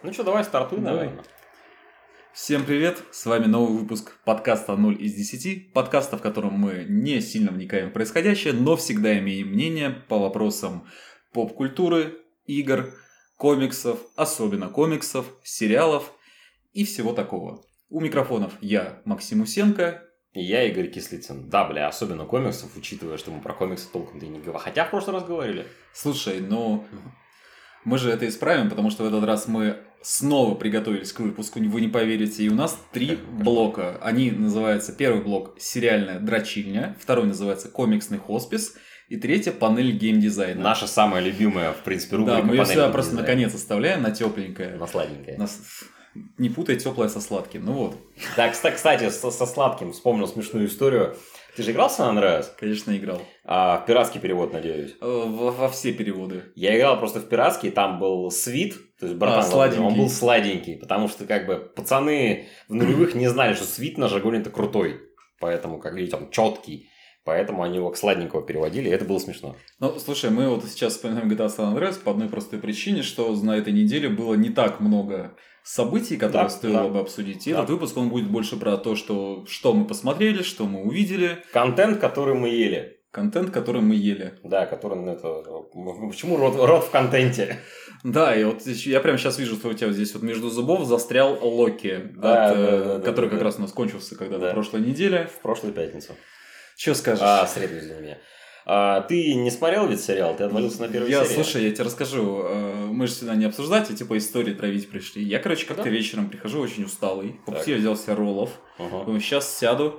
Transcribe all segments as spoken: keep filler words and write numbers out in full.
Ну что, давай стартуй, наверное. Всем привет, с вами новый выпуск подкаста ноль из десяти, подкаста, в котором мы не сильно вникаем в происходящее, но всегда имеем мнение по вопросам поп-культуры, игр, комиксов, особенно комиксов, сериалов и всего такого. У микрофонов я, Максим Усенко. И я, Игорь Кислицын. Да, бля, особенно комиксов, учитывая, что мы про комиксы толком-то и не говорили. Хотя в прошлый раз говорили. Слушай, ну... Мы же это исправим, потому что в этот раз мы снова приготовились к выпуску, вы не поверите, и у нас три блока. Они называются, первый блок «Сериальная дрочильня», второй называется «Комиксный хоспис», и третья «Панель геймдизайна». Наша самая любимая, в принципе, рубрика. Да, мы ее всегда просто наконец оставляем на тепленькое. На сладенькое. На... Не путай теплое со сладким, ну вот. Да, кстати, со, со сладким вспомнил смешную историю. Ты же играл в Сан Андреас? Конечно, играл. А в пиратский перевод, надеюсь? Во, во все переводы. Я играл просто в пиратский, там был свит, то есть братан, а, сладенький. Он был сладенький, потому что как бы пацаны в нулевых не знали, что свит на жаргоне это крутой, поэтому как видите, он четкий. Поэтому они его к сладенького переводили, и это было смешно. Ну, слушай, мы вот сейчас вспоминаем джи ти эй San Andreas по одной простой причине, что на этой неделе было не так много событий, которые да, стоило да. бы обсудить. И да. этот выпуск, он будет больше про то, что, что мы посмотрели, что мы увидели. Контент, который мы ели. Контент, который мы ели. Да, который, ну, это... Почему рот, рот в контенте? Да, и вот я прямо сейчас вижу, что у тебя вот здесь вот между зубов застрял Локи, да, от, да, да, который да, как да. раз у нас кончился когда-то да. в прошлой неделе. В прошлую пятницу. Что скажешь? А, среду, извини меня. А, ты не смотрел ведь сериал? Ты отвалился на первой я, серии? Слушай, я тебе расскажу. Мы же сюда не обсуждать, а типа истории травить пришли. Я, короче, как-то да? вечером прихожу очень усталый. По пути я взял себе роллов. Угу. Думаю, сейчас сяду,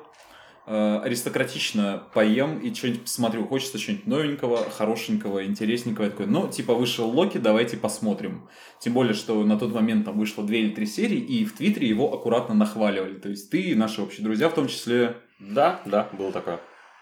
аристократично поем и что-нибудь посмотрю. Хочется что-нибудь новенького, хорошенького, интересненького. Я такой, ну, типа, вышел Локи, давайте посмотрим. Тем более, что на тот момент там вышло две или три серии, и в Твиттере его аккуратно нахваливали. То есть ты и наши общие друзья в том числе... Да, да, было такое.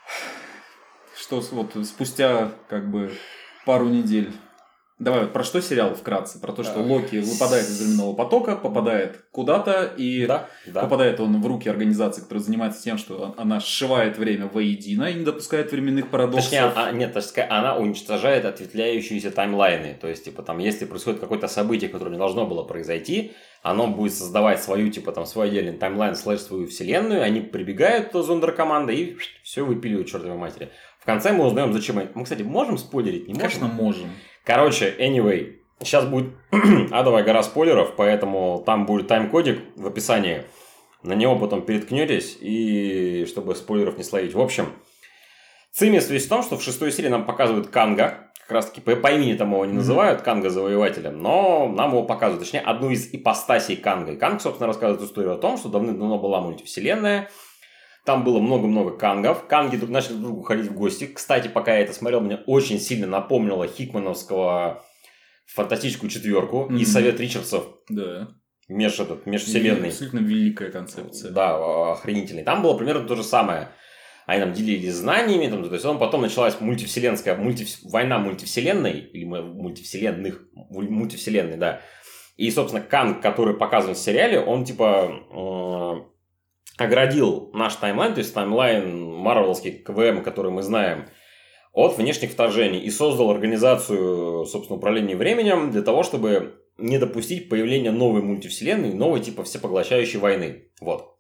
Что вот спустя как бы пару недель. Давай, вот про что сериал вкратце? Про то, что Локи выпадает из временного потока, попадает куда-то, и да, да. попадает он в руки организации, которая занимается тем, что она сшивает время воедино и не допускает временных парадоксов. Точнее, а, нет, точнее, она уничтожает ответвляющиеся таймлайны. То есть, типа, там, если происходит какое-то событие, которое не должно было произойти, оно будет создавать свою, типа, там, свой отдельный таймлайн, слэш свою вселенную, они прибегают, то зондеркоманда, и все выпиливают чертовой матери. В конце мы узнаем, зачем они. Мы, кстати, можем спойлерить? Не можем? Конечно, можем. Короче, anyway, сейчас будет адовая гора спойлеров, поэтому там будет тайм-кодик в описании. На него потом переткнетесь, и чтобы спойлеров не словить. В общем, цимис весь в том, что в шестой серии нам показывают Канга. Как раз таки по, по имени там его не называют, mm-hmm. Канга Завоевателя, но нам его показывают, точнее, одну из ипостасей Канга. И Канг, собственно, рассказывает историю о том, что давным-давно была мультивселенная. Там было много-много кангов. Канги тут начали друг другу ходить в гости. Кстати, пока я это смотрел, мне очень сильно напомнило хикмановского фантастическую четверку mm-hmm. и Совет Ричардсов. Да. Меж, этот, межвселенной. Абсолютно великая концепция. Да, охренительный. Там было примерно то же самое. Они там делились знаниями. Там, то есть, потом началась мультивселенская мульти, война мультивселенной. Или мультивселенных. Мультивселенной, да. И, собственно, Канг, который показан в сериале, он типа... оградил наш таймлайн, то есть таймлайн марвеловский КВМ, который мы знаем, от внешних вторжений и создал организацию, собственно, управления временем для того, чтобы не допустить появления новой мультивселенной, новой типа всепоглощающей войны. Вот.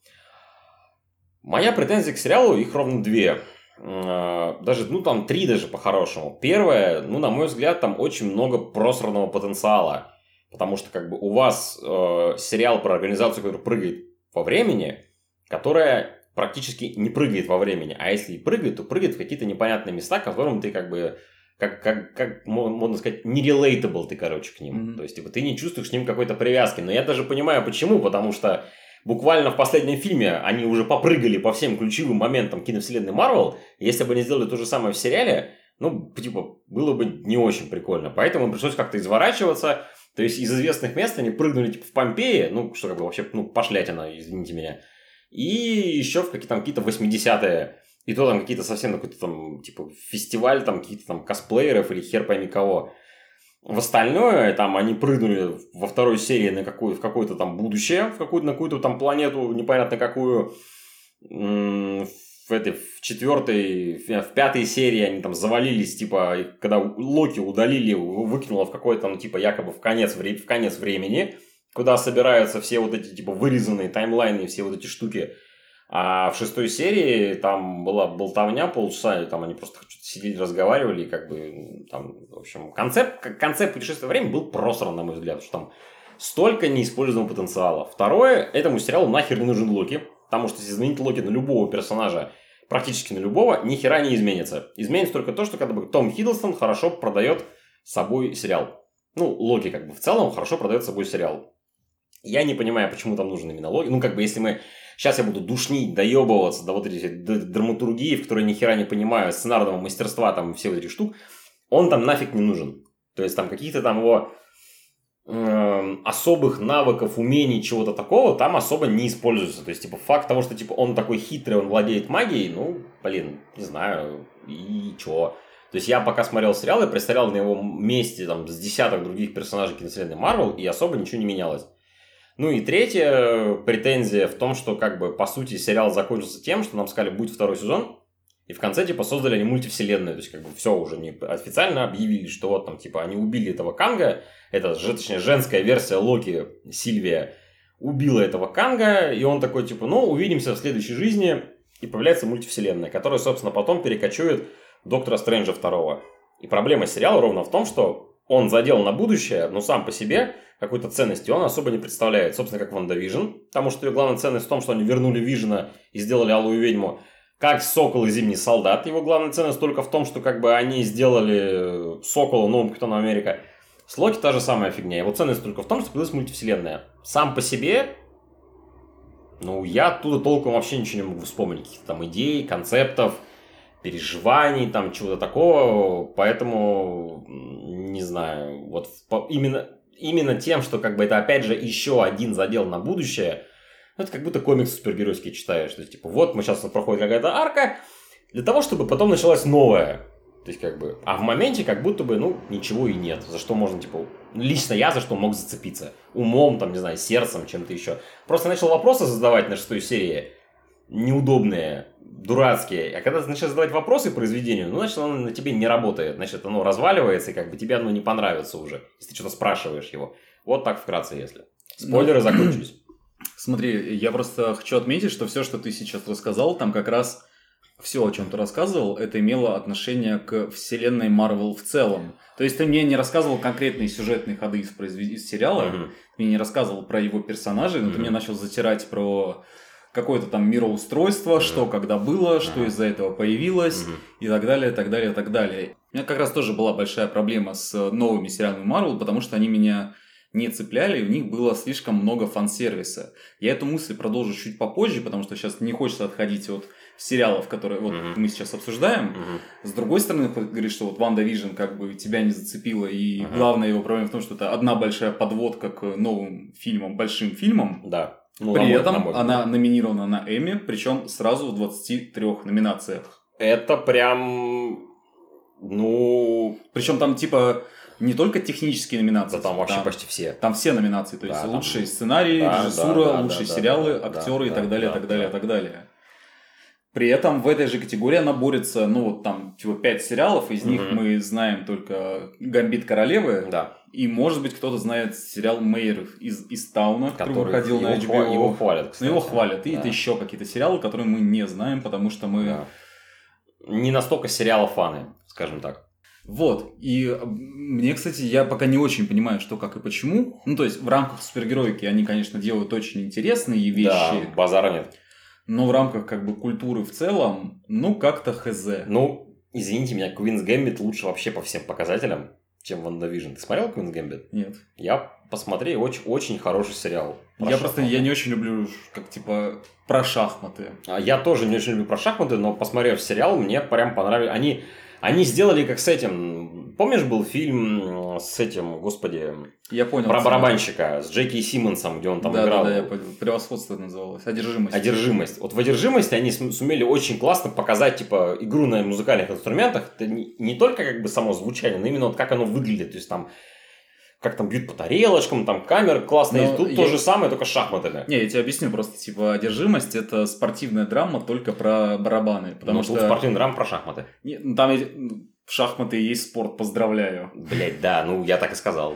Моя претензия к сериалу, их ровно две. Даже, ну, там три даже по-хорошему. Первое, ну, на мой взгляд, там очень много просранного потенциала. Потому что, как бы, у вас э, сериал про организацию, которая прыгает во времени, которая практически не прыгает во времени. А если и прыгает, то прыгает в какие-то непонятные места, к которым ты как бы, как, как, как можно сказать, не relatable ты, короче, к ним. Mm-hmm. То есть, типа, ты не чувствуешь к ним какой-то привязки. Но я даже понимаю, почему. Потому что буквально в последнем фильме они уже попрыгали по всем ключевым моментам киновселенной Марвел. Если бы они сделали то же самое в сериале, ну, типа, было бы не очень прикольно. Поэтому пришлось как-то изворачиваться. То есть, из известных мест они прыгнули, типа, в Помпеи. Ну, что как бы вообще, ну, пошлятина, извините меня. И еще в какие-то, там, какие-то восьмидесятые. И то там какие-то совсем какой-то там, типа, фестиваль, там, какие-то там косплееров или хер пойми кого. В остальное, там, они прыгнули во второй серии на какую, в какое-то там будущее, в какую-то, на какую-то там планету, непонятно какую. В этой, в четвертой, в пятой серии они там завалились, типа, когда Локи удалили, выкинуло в какой-то там, типа, якобы в конец, в конец времени. куда собираются все вот эти, типа, вырезанные таймлайны, все вот эти штуки. А в шестой серии там была болтовня полчаса, и там они просто что-то сидели, разговаривали, и как бы там, в общем, концепт, концепт путешествия во времени был просран, на мой взгляд, что там столько неиспользованного потенциала. Второе, этому сериалу нахер не нужен Локи, потому что если заменить Локи на любого персонажа, практически на любого, ни хера не изменится. Изменится только то, что когда бы Том Хиддлстон хорошо продает собой сериал. Ну, Локи как бы в целом хорошо продает собой сериал. Я не понимаю, почему там нужен именно Локи. Ну, как бы, если мы... Сейчас я буду душнить, доебываться до вот этих драматургии, в которой ни хера не понимаю, сценарного мастерства, там, все вот этих штук, он там нафиг не нужен. То есть, там, каких-то там его э, особых навыков, умений, чего-то такого там особо не используется. То есть, типа, факт того, что, типа, он такой хитрый, он владеет магией, ну, блин, не знаю, и чё. То есть, я пока смотрел сериал, я представлял на его месте, там, с десяток других персонажей киновселенной Марвел, и особо ничего не менялось. Ну и третья претензия в том, что, как бы, по сути, сериал закончился тем, что нам сказали, будет второй сезон, и в конце, типа, создали они мультивселенную, то есть, как бы, все уже не официально объявили, что вот там, типа, они убили этого Канга, это, точнее, женская версия Локи, Сильвия, убила этого Канга, и он такой, типа, ну, увидимся в следующей жизни, и появляется мультивселенная, которая, собственно, потом перекочует Доктора Стрэнджа второго. И проблема сериала ровно в том, что он задел на будущее, но сам по себе какой-то ценности он особо не представляет. Собственно, как WandaVision, потому что ее главная ценность в том, что они вернули Вижена и сделали Алую Ведьму. Как Сокол и Зимний Солдат, его главная ценность только в том, что как бы они сделали Сокола новым Капитаном Америка. С Локи та же самая фигня. Его ценность только в том, что появилась мультивселенная. Сам по себе, ну, я оттуда толком вообще ничего не могу вспомнить. Каких-то там идей, концептов, переживаний, там, чего-то такого. Поэтому, не знаю, вот именно... Именно тем, что как бы это опять же еще один задел на будущее, это как будто комиксы супергеройские читаешь. То есть, типа, вот мы сейчас проходит какая-то арка, для того, чтобы потом началась новая. То есть, как бы, а в моменте как будто бы, ну, ничего и нет. За что можно, типа, лично я за что мог зацепиться. Умом, там, не знаю, сердцем, чем-то еще. Просто начал вопросы задавать на шестой серии. Неудобные, дурацкие. А когда ты начинаешь задавать вопросы произведению, ну, значит, оно на тебе не работает. Значит, оно разваливается, и как бы тебе оно не понравится уже, если ты что-то спрашиваешь его. Вот так вкратце, если. Спойлеры ну, закончились. Смотри, я просто хочу отметить, что все, что ты сейчас рассказал, там как раз все, о чем ты рассказывал, это имело отношение к вселенной Марвел в целом. То есть ты мне не рассказывал конкретные сюжетные ходы из, произвед... из сериала, mm-hmm. ты мне не рассказывал про его персонажей, но mm-hmm. ты мне начал затирать про... какое-то там мироустройство, mm-hmm. что когда было, что mm-hmm. из-за этого появилось, mm-hmm. и так далее, так далее, так далее. У меня как раз тоже была большая проблема с новыми сериалами Marvel, потому что они меня не цепляли, и в них было слишком много фан-сервиса. Я эту мысль продолжу чуть попозже, потому что сейчас не хочется отходить от сериалов, которые вот mm-hmm. мы сейчас обсуждаем. Mm-hmm. С другой стороны, говоришь, что вот WandaVision как бы тебя не зацепило, и mm-hmm. главная его проблема в том, что это одна большая подводка к новым фильмам, большим фильмам. Да. Ну, При мой, этом она номинирована на Эмми, причем сразу в двадцати трёх номинациях. Это прям, ну... Причем там типа не только технические номинации. Да там вообще там, почти все. Там все номинации, то есть да, лучшие там... сценарии, да, режиссура, да, да, лучшие да, сериалы, да, актеры да, и так далее, да, так далее, да. так далее. При этом в этой же категории она борется, ну вот там типа пять сериалов, из mm-hmm. них мы знаем только «Гамбит королевы». Да. И, может быть, кто-то знает сериал «Мэйр» из, из Тауна, который выходил на эйч би о. Его хвалят, кстати. Ну, его хвалят. И да. это еще какие-то сериалы, которые мы не знаем, потому что мы... Да. Не настолько сериала-фаны, скажем так. Вот. И мне, кстати, я пока не очень понимаю, что, как и почему. Ну, то есть, в рамках супергероики они, конечно, делают очень интересные вещи. Да, базара нет. Но в рамках, как бы, культуры в целом, ну, как-то хз. Ну, извините меня, Queen's Gambit лучше вообще по всем показателям, чем WandaVision. Ты смотрел Queen's Gambit? Нет. Я посмотрел, очень, очень хороший сериал. Я шахматы. Просто я не очень люблю, как типа, про шахматы. Я тоже не очень люблю про шахматы, но посмотрев сериал, мне прям понравилось. Они, они сделали как с этим... Помнишь, был фильм с этим, господи... Я понял. Про барабанщика с Джеки Симмонсом, где он там да, играл. Да, да, я понял. Превосходство это называлось. Одержимость. Одержимость. Вот в «Одержимости» они сумели очень классно показать, типа, игру на музыкальных инструментах. Это не, не только, как бы, само звучание, но именно вот как оно выглядит. То есть, там, как там бьют по тарелочкам, там камеры классные. Но тут я... то же самое, только шахматами. Не, я тебе объясню просто. Типа, «Одержимость» — это спортивная драма только про барабаны. Потому ну, что... тут спортивная драма про шахматы. Не, там в шахматы есть спорт, поздравляю. Блять, да, ну я так и сказал.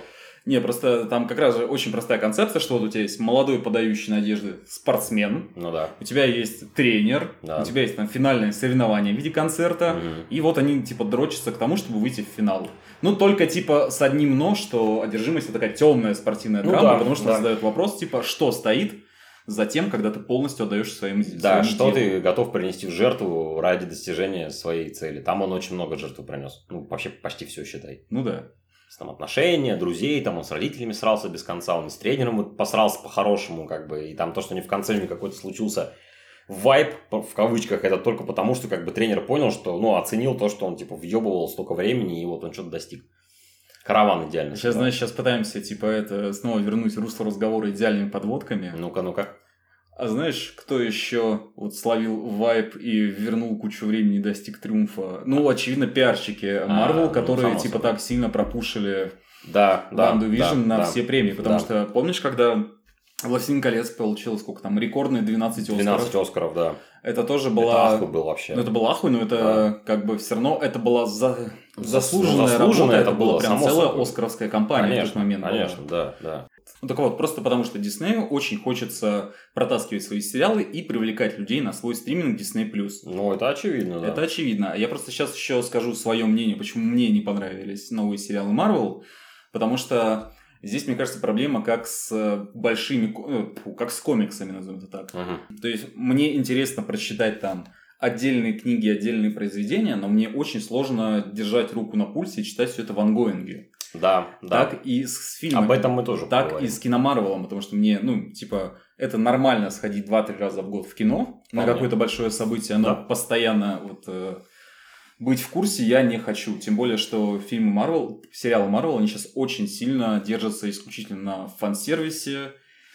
Не, просто там как раз же очень простая концепция, что вот у тебя есть молодой подающий надежды спортсмен, Ну да. у тебя есть тренер, Да. у тебя есть там финальное соревнование в виде концерта, Мгм. и вот они типа дрочатся к тому, чтобы выйти в финал. Ну, только типа с одним но, что одержимость это такая темная спортивная Ну драма, да, потому что да. задает вопрос, типа, что стоит за тем, когда ты полностью отдаешь своим Да, своему что делу. ты готов принести в жертву ради достижения своей цели. Там он очень много жертв принес. Ну, вообще почти все, считай. Ну да. Там отношения, друзей, там он с родителями срался без конца, он и с тренером посрался по-хорошему, как бы, и там то, что не в конце у них какой-то случился вайп, в кавычках, это только потому, что как бы тренер понял, что, ну, оценил то, что он, типа, въебывал столько времени, и вот он что-то достиг. Караван идеально. Сейчас, знаешь, сейчас пытаемся, типа, это снова вернуть русло разговора идеальными подводками. Ну-ка, ну-ка. А знаешь, кто еще вот словил вайп и вернул кучу времени и достиг триумфа? Ну, очевидно, пиарщики Marvel, ну, которые, само типа, собой. так сильно пропушили Да, да, Ванду Вижн да, на да. все премии. Потому Да. что, помнишь, когда «Властелин колец» получил, сколько там, рекордные двенадцать Оскаров? двенадцать Оскаров, да. Это тоже была... Это ахуй был вообще. Ну, это был ахуй, но это Да. как бы все равно, это была за... заслуженно заслуженная работа, это это была было, прям само целая собой. оскаровская кампания Конечно, в тот момент была. конечно, да, да. Ну так вот, просто потому что Диснею очень хочется протаскивать свои сериалы и привлекать людей на свой стриминг Disney+. Ну, это очевидно, да. Это очевидно. Я просто сейчас еще скажу свое мнение, почему мне не понравились новые сериалы Marvel, потому что здесь, мне кажется, проблема как с большими, ко- э, фу, как с комиксами, назовем это так. Мгм. То есть мне интересно прочитать там отдельные книги, отдельные произведения, но мне очень сложно держать руку на пульсе и читать все это в ангоинге. Да, да. Так и с фильмами. Об этом мы тоже Так поговорим. и с киномарвелом, потому что мне, ну, типа, это нормально сходить два-три раза в год в кино на Вполне. какое-то большое событие, но Да. постоянно вот э, быть в курсе я не хочу. Тем более, что фильмы Марвел, сериалы Марвел, они сейчас очень сильно держатся исключительно на фан-сервисе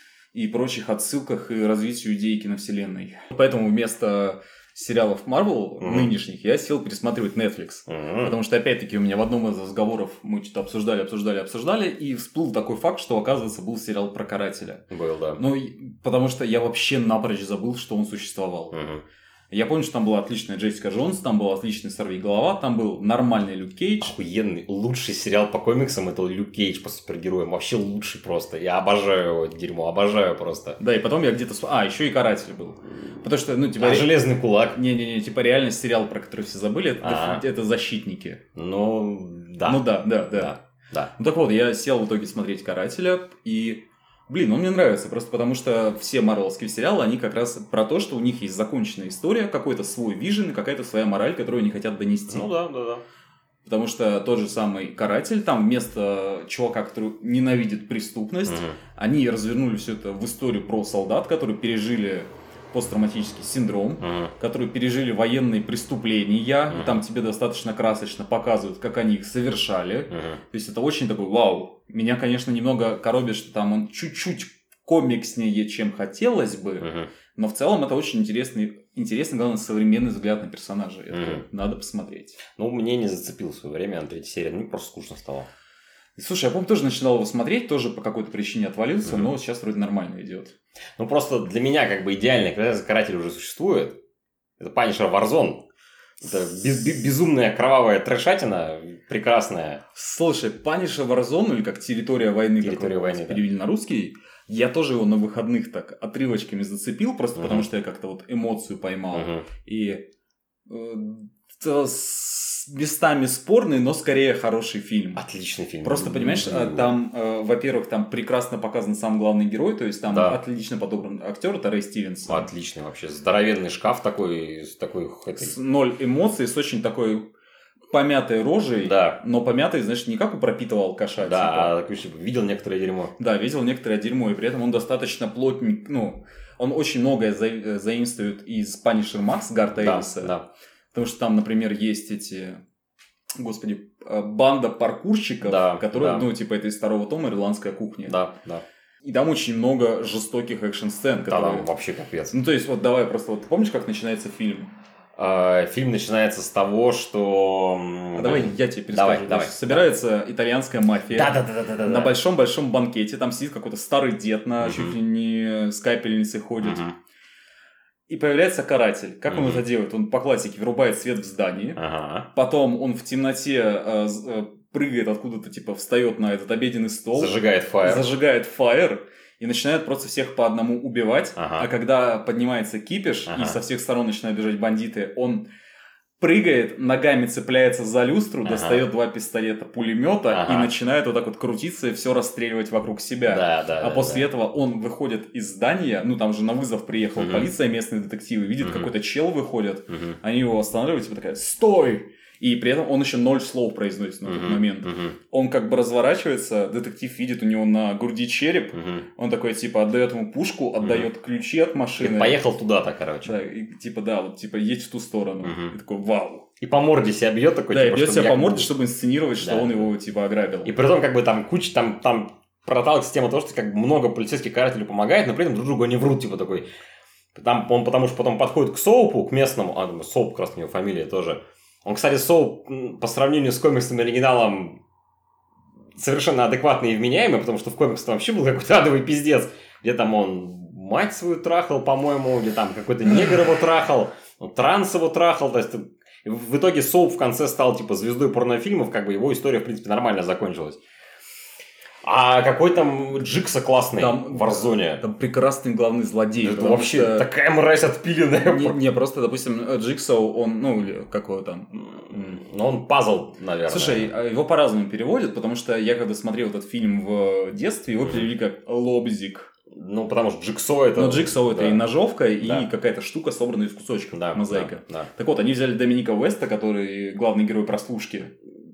и прочих отсылках и развитию идеи киновселенной. Поэтому вместо сериалов Marvel Мгм. нынешних я сел пересматривать Netflix. Мгм. Потому что, опять-таки, у меня в одном из разговоров мы что-то обсуждали, обсуждали, обсуждали, и всплыл такой факт, что, оказывается, был сериал про карателя. Был, да. Ну, и- потому что я вообще напрочь забыл, что он существовал. Мгм. Я помню, что там была отличная Джессика Джонс, там был отличный Сорвиголова, там был нормальный Люк Кейдж. Охуенный, лучший сериал по комиксам это Люк Кейдж по супергероям. Вообще лучший просто. Я обожаю его это дерьмо, обожаю просто. Да, и потом я где-то... сп- А, еще и Каратель был. Потому что, ну, типа... А ре- Железный кулак. Не-не-не, типа реально сериал, про который все забыли, это, А. это «Защитники». Ну, да. Ну да, да, да. Да. Да. Ну так вот, я сел в итоге смотреть «Карателя», и, блин, он мне нравится, просто потому что все марвеловские сериалы, они как раз про то, что у них есть законченная история, какой-то свой вижен и какая-то своя мораль, которую они хотят донести. Ну да, да, да. Потому что тот же самый «Каратель», там вместо чувака, который ненавидит преступность, Мгм. они развернули все это в историю про солдат, которые пережили посттравматический синдром, Мгм. которые пережили военные преступления, Мгм. и там тебе достаточно красочно показывают, как они их совершали. Мгм. То есть это очень такой вау. Меня, конечно, немного коробит, что там он чуть-чуть комикснее, чем хотелось бы, Мгм. но в целом это очень интересный, интересный, главное, современный взгляд на персонажа. Это Мгм. надо посмотреть. Ну, мне не зацепил в свое время на третьей серии. Мне просто скучно стало. И, слушай, я помню, тоже начинал его смотреть, тоже по какой-то причине отвалился, Мгм. но сейчас вроде нормально идет. Ну, просто для меня как бы идеальный каратель уже существует. Это Punisher Warzone. Это без- без- безумная кровавая трешатина, прекрасная. Слушай, Punisher Warzone, или как «Территория войны», как «Территория его войны», да. перевели на русский, я тоже его на выходных так отрывочками зацепил, просто Мгм. потому что я как-то вот эмоцию поймал. Мгм. И э, это с- местами спорный, но скорее хороший фильм. Отличный фильм. Просто, понимаешь, Люблю а, его. там, э, во-первых, там прекрасно показан сам главный герой, то есть там Да. отлично подобран актер, это Рэй Стивенсон. Отличный вообще. Здоровенный шкаф такой, с такой... этой- С ноль эмоций, с очень такой помятой рожей, Да. но помятой, знаешь, не как у пропитого алкаша, типа. Да, а такой, типа, видел некоторое дерьмо. Да, видел некоторое дерьмо, и при этом он достаточно плотник, ну, он очень многое за- заимствует из Punisher Max Гарта Да, Эллиса. да. Потому что там, например, есть эти, господи, э, банда паркурщиков, Да, которые, да. ну, типа, это из второго тома «Ирландская кухня». Да, да. И там очень много жестоких экшн-сцен, Да, которые... там вообще капец. Ну, то есть, вот давай просто, вот ты помнишь, как начинается фильм? А, Фильм начинается с того, что... м, А давай я тебе перескажу. Давай, Значит, давай. Собирается итальянская мафия. Да, да, да, да, да. На большом-большом банкете, там сидит какой-то старый дед на Мгм. чуть ли не с капельницей ходит. Мгм. И появляется каратель. Как он Мгм. это делает? Он по классике вырубает свет в здании. Ага. Потом он в темноте э, з- э, прыгает откуда-то, типа, встает на этот обеденный стол. Зажигает фаер. Зажигает фаер. И начинает просто всех по одному убивать. Ага. А когда поднимается кипиш, ага. и со всех сторон начинают бежать бандиты, он прыгает, ногами цепляется за люстру, ага. достает два пистолета, пулемета ага. и начинает вот так вот крутиться и все расстреливать вокруг себя. Да, да, а да, после да. этого он выходит из здания, ну там же на вызов приехала угу. полиция, местные детективы, видит, угу. какой-то чел выходит, угу. они его останавливают, типа такая «Стой!» И при этом он еще ноль слов произносит на этот uh-huh, момент. Uh-huh. Он как бы разворачивается, детектив видит у него на груди череп, uh-huh. он такой, типа, отдает ему пушку, отдает uh-huh. ключи от машины. И поехал туда-то, короче. Да, и, типа, да, вот, типа, едь в ту сторону. Uh-huh. И такой, вау. И по морде себя бьет такой, да, типа, и бьет себя я... по морде, чтобы инсценировать, что да. он его, типа, ограбил. И при том, как бы, там куча, там, там проталкивается тема того, что как бы много полицейских карателей помогает, но при этом друг другу они врут, типа, такой. Там, он потому что потом подходит к Соупу, к местному, а, думаю, Соуп, как раз у него фамилия тоже. Он, кстати, Соуп по сравнению с комиксным оригиналом совершенно адекватный и вменяемый, потому что в комиксах вообще был какой-то адовый пиздец, где там он мать свою трахал, по-моему, где там какой-то негр его трахал, транс его трахал, то есть в итоге Соуп в конце стал типа звездой порнофильмов, как бы его история, в принципе, нормально закончилась. А какой там Джикса классный там, в Warzone. Там прекрасный главный злодей. Это вообще что... такая мразь отпиленная. Не, не, просто, допустим, Джиксоу, он, ну, или какой там... Ну, он пазл, наверное. Слушай, его по-разному переводят, потому что я когда смотрел этот фильм в детстве, его перевели как Лобзик. Ну, потому что Джиксоу это... Ну, Джиксоу да. это и ножовка, и да. какая-то штука, собранная из кусочков, да, мозаика. Да, да. Так вот, они взяли Доминика Уэста, который главный герой «Прослушки».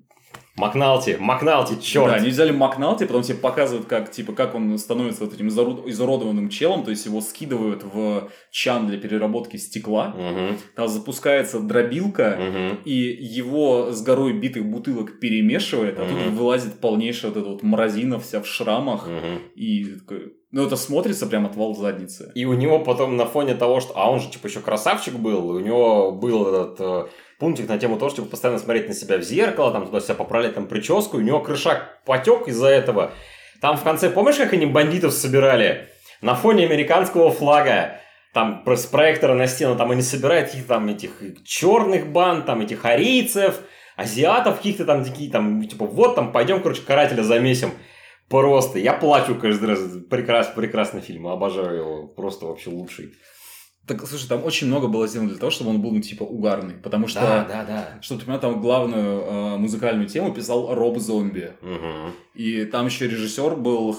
Макналти, Макналти, черт. Да, они взяли Макналти, потом тебе показывают, как, типа, как он становится вот этим изуродованным челом, то есть его скидывают в чан для переработки стекла, угу. там запускается дробилка, угу. и его с горой битых бутылок перемешивает, а угу. тут вылазит полнейшая вот эта вот мразина вся в шрамах, угу. и такой... Ну, это смотрится прям отвал задницы. И у него потом на фоне того, что... А он же, типа, еще красавчик был, у него был этот... пунктик на тему того, чтобы постоянно смотреть на себя в зеркало, там туда себя поправлять там прическу, у него крышак потек из-за этого. Там в конце, помнишь, как они бандитов собирали? На фоне американского флага, там с проектора на стену, там они собирают каких-то там этих черных банд, там этих арийцев, азиатов каких-то там, такие там, типа, вот там, пойдем, короче, карателя замесим. Просто, я плачу каждый раз, прекрасный, прекрасный фильм, обожаю его, просто вообще лучший. Так, слушай, там очень много было сделано для того, чтобы он был, ну, типа, угарный. Потому что, да, да, да. чтобы ты понимал, там главную э, музыкальную тему писал Роб Зомби. Угу. И там еще режиссер был,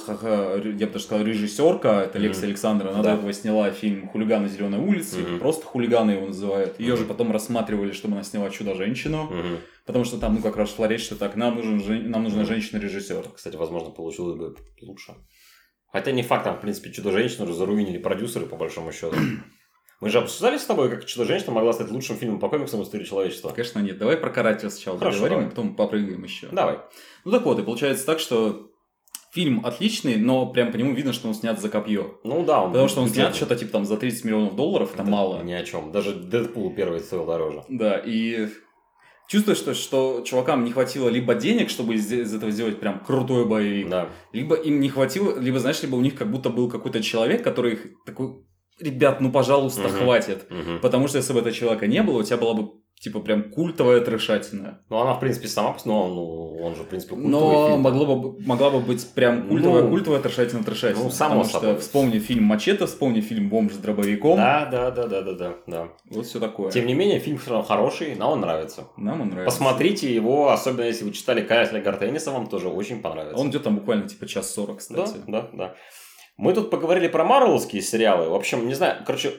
я бы даже сказал, режиссерка, это Лекси угу. Александра. Она да. до этого сняла фильм «Хулиганы зеленой улицы», угу. просто «Хулиганы» его называют. Ее угу. же потом рассматривали, чтобы она сняла «Чудо-женщину». Угу. Потому что там, ну, как раз шла речь, что так, нам, нужен, нам нужна женщина-режиссер. Кстати, возможно, получилось бы лучше. Хотя не факт, там, в принципе, «Чудо-женщину» уже заруинили продюсеры, по большому счету. Мы же обсуждали с тобой, как «Чудо-женщина» могла стать лучшим фильмом по комиксам истории человечества. Конечно, нет. Давай про «Карателя» сначала Хорошо, поговорим, давай. а потом попрыгаем еще. Давай. Ну так вот, и получается так, что фильм отличный, но прям по нему видно, что он снят за копье. Ну да. Он Потому что он бюджетный. снят что-то типа там за тридцать миллионов долларов, это, это мало. Ни о чем. Даже «Дэдпул» первый стоил дороже. Да, и... Чувствуешь, что, что чувакам не хватило либо денег, чтобы из, из этого сделать прям крутой боевик, да. либо им не хватило, либо, знаешь, либо у них как будто был какой-то человек, который их такой, ребят, ну, пожалуйста, uh-huh. хватит. Uh-huh. Потому что если бы этого человека не было, у тебя была бы, типа, прям культовая трешатина. Ну, она, в принципе, сама, но ну, он же, в принципе, культовый но фильм. Но могло бы, могла бы быть прям культовая, ну, культовая трешатина трешатина. Ну, само потому собой. что вспомни фильм «Мачете», вспомни фильм «Бомж с дробовиком». Да, да, да, да, да, да, да. Вот все такое. Тем не менее, фильм все равно хороший, нам он нравится. Нам он нравится. Посмотрите его, особенно если вы читали «Карателя Гартенниса», вам тоже очень понравится. Он идет там буквально типа час сорок, кстати. Да, да, да. Мы тут поговорили про марвеловские сериалы. В общем, не знаю, короче,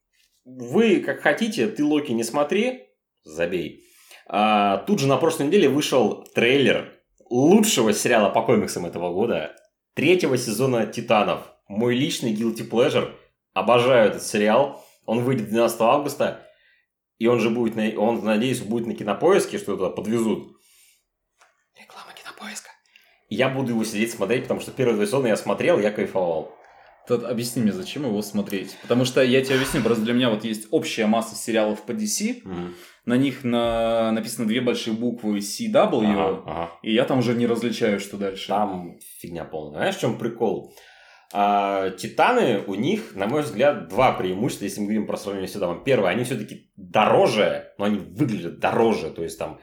вы как хотите, ты Локи не смотри, забей. А, тут же на прошлой неделе вышел трейлер лучшего сериала по комиксам этого года, третьего сезона «Титанов». Мой личный guilty pleasure. Обожаю этот сериал. Он выйдет двенадцатого августа. И он же будет, на, он, надеюсь, будет на Кинопоиске, что туда подвезут. Реклама Кинопоиска. Я буду его сидеть смотреть, потому что первые два сезона я смотрел, я кайфовал. Тут объясни мне, зачем его смотреть. Потому что я тебе объясню, просто для меня вот есть общая масса сериалов по ди си. Mm-hmm. На них на... написано две большие буквы си дабл ю. Ага, ага. И я там уже не различаю, что дальше. Там фигня полная. Знаешь, в чем прикол? А, Титаны, у них, на мой взгляд, два преимущества, если мы говорим про сравнение с Титаном. Первое, они все-таки дороже, но они выглядят дороже. То есть там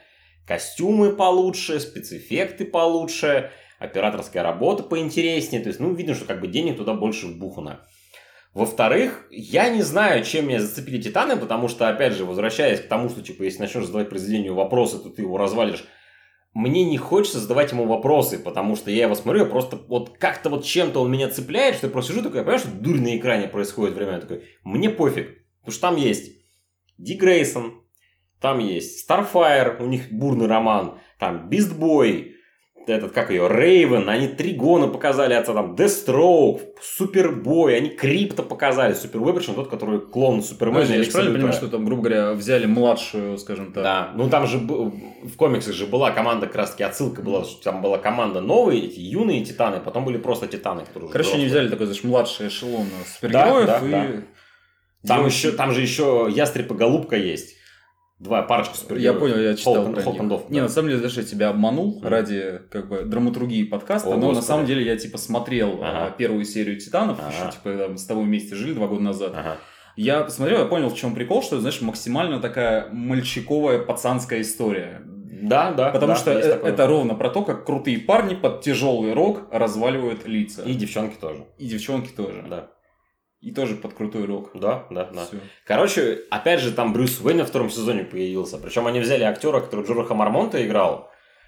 костюмы получше, спецэффекты получше, операторская работа поинтереснее. То есть, ну, видно, что как бы денег туда больше вбухано. Во-вторых, я не знаю, чем меня зацепили Титаны, потому что, опять же, возвращаясь к тому, что, типа, если начнешь задавать произведению вопросы, то ты его развалишь. Мне не хочется задавать ему вопросы, потому что я его смотрю, я просто вот как-то вот чем-то он меня цепляет, что я просто сижу такой, я понимаю, что дурь на экране происходит временами, такой, мне пофиг, потому что там есть Дик Грейсон, там есть Starfire, у них бурный роман, там Beast Boy, этот, как ее, Рейвен, они Тригона показали отца, там, Deathstroke, Супербой, они Крипто показали, Супербой, причем тот, который клон Супермена. Я правильно понимаю, что там, грубо говоря, взяли младшую, скажем так. Да, ну там же в комиксах же была команда, как раз таки отсылка была, что там была команда новые, эти юные Титаны, потом были просто Титаны, которые Короче, уже они взяли такой, знаешь, младший эшелон супергероев да, да, и... Да. Там, делали... еще, там же еще Ястреб и Голубка есть. Два парочка супергероев. Я понял, я читал Холкон, про Холкондов, них. да. Не, на самом деле, даже я тебя обманул mm. ради как бы драматургии подкаста, О, но Господи. на самом деле я типа смотрел ага. первую серию Титанов, ага. еще типа там, с тобой вместе жили два года назад. Ага. Я посмотрел, я понял, в чем прикол, что, знаешь, максимально такая мальчиковая пацанская история. Да, да. Потому да, что это, такое. Это ровно про то, как крутые парни под тяжелый рок разваливают лица. И девчонки тоже. И девчонки тоже. Да. И тоже под крутой рок. Да, да, да. Всё. Короче, опять же, там Брюс Уэйн во втором сезоне появился. Причем они взяли актера, который Джораха Мармонта играл.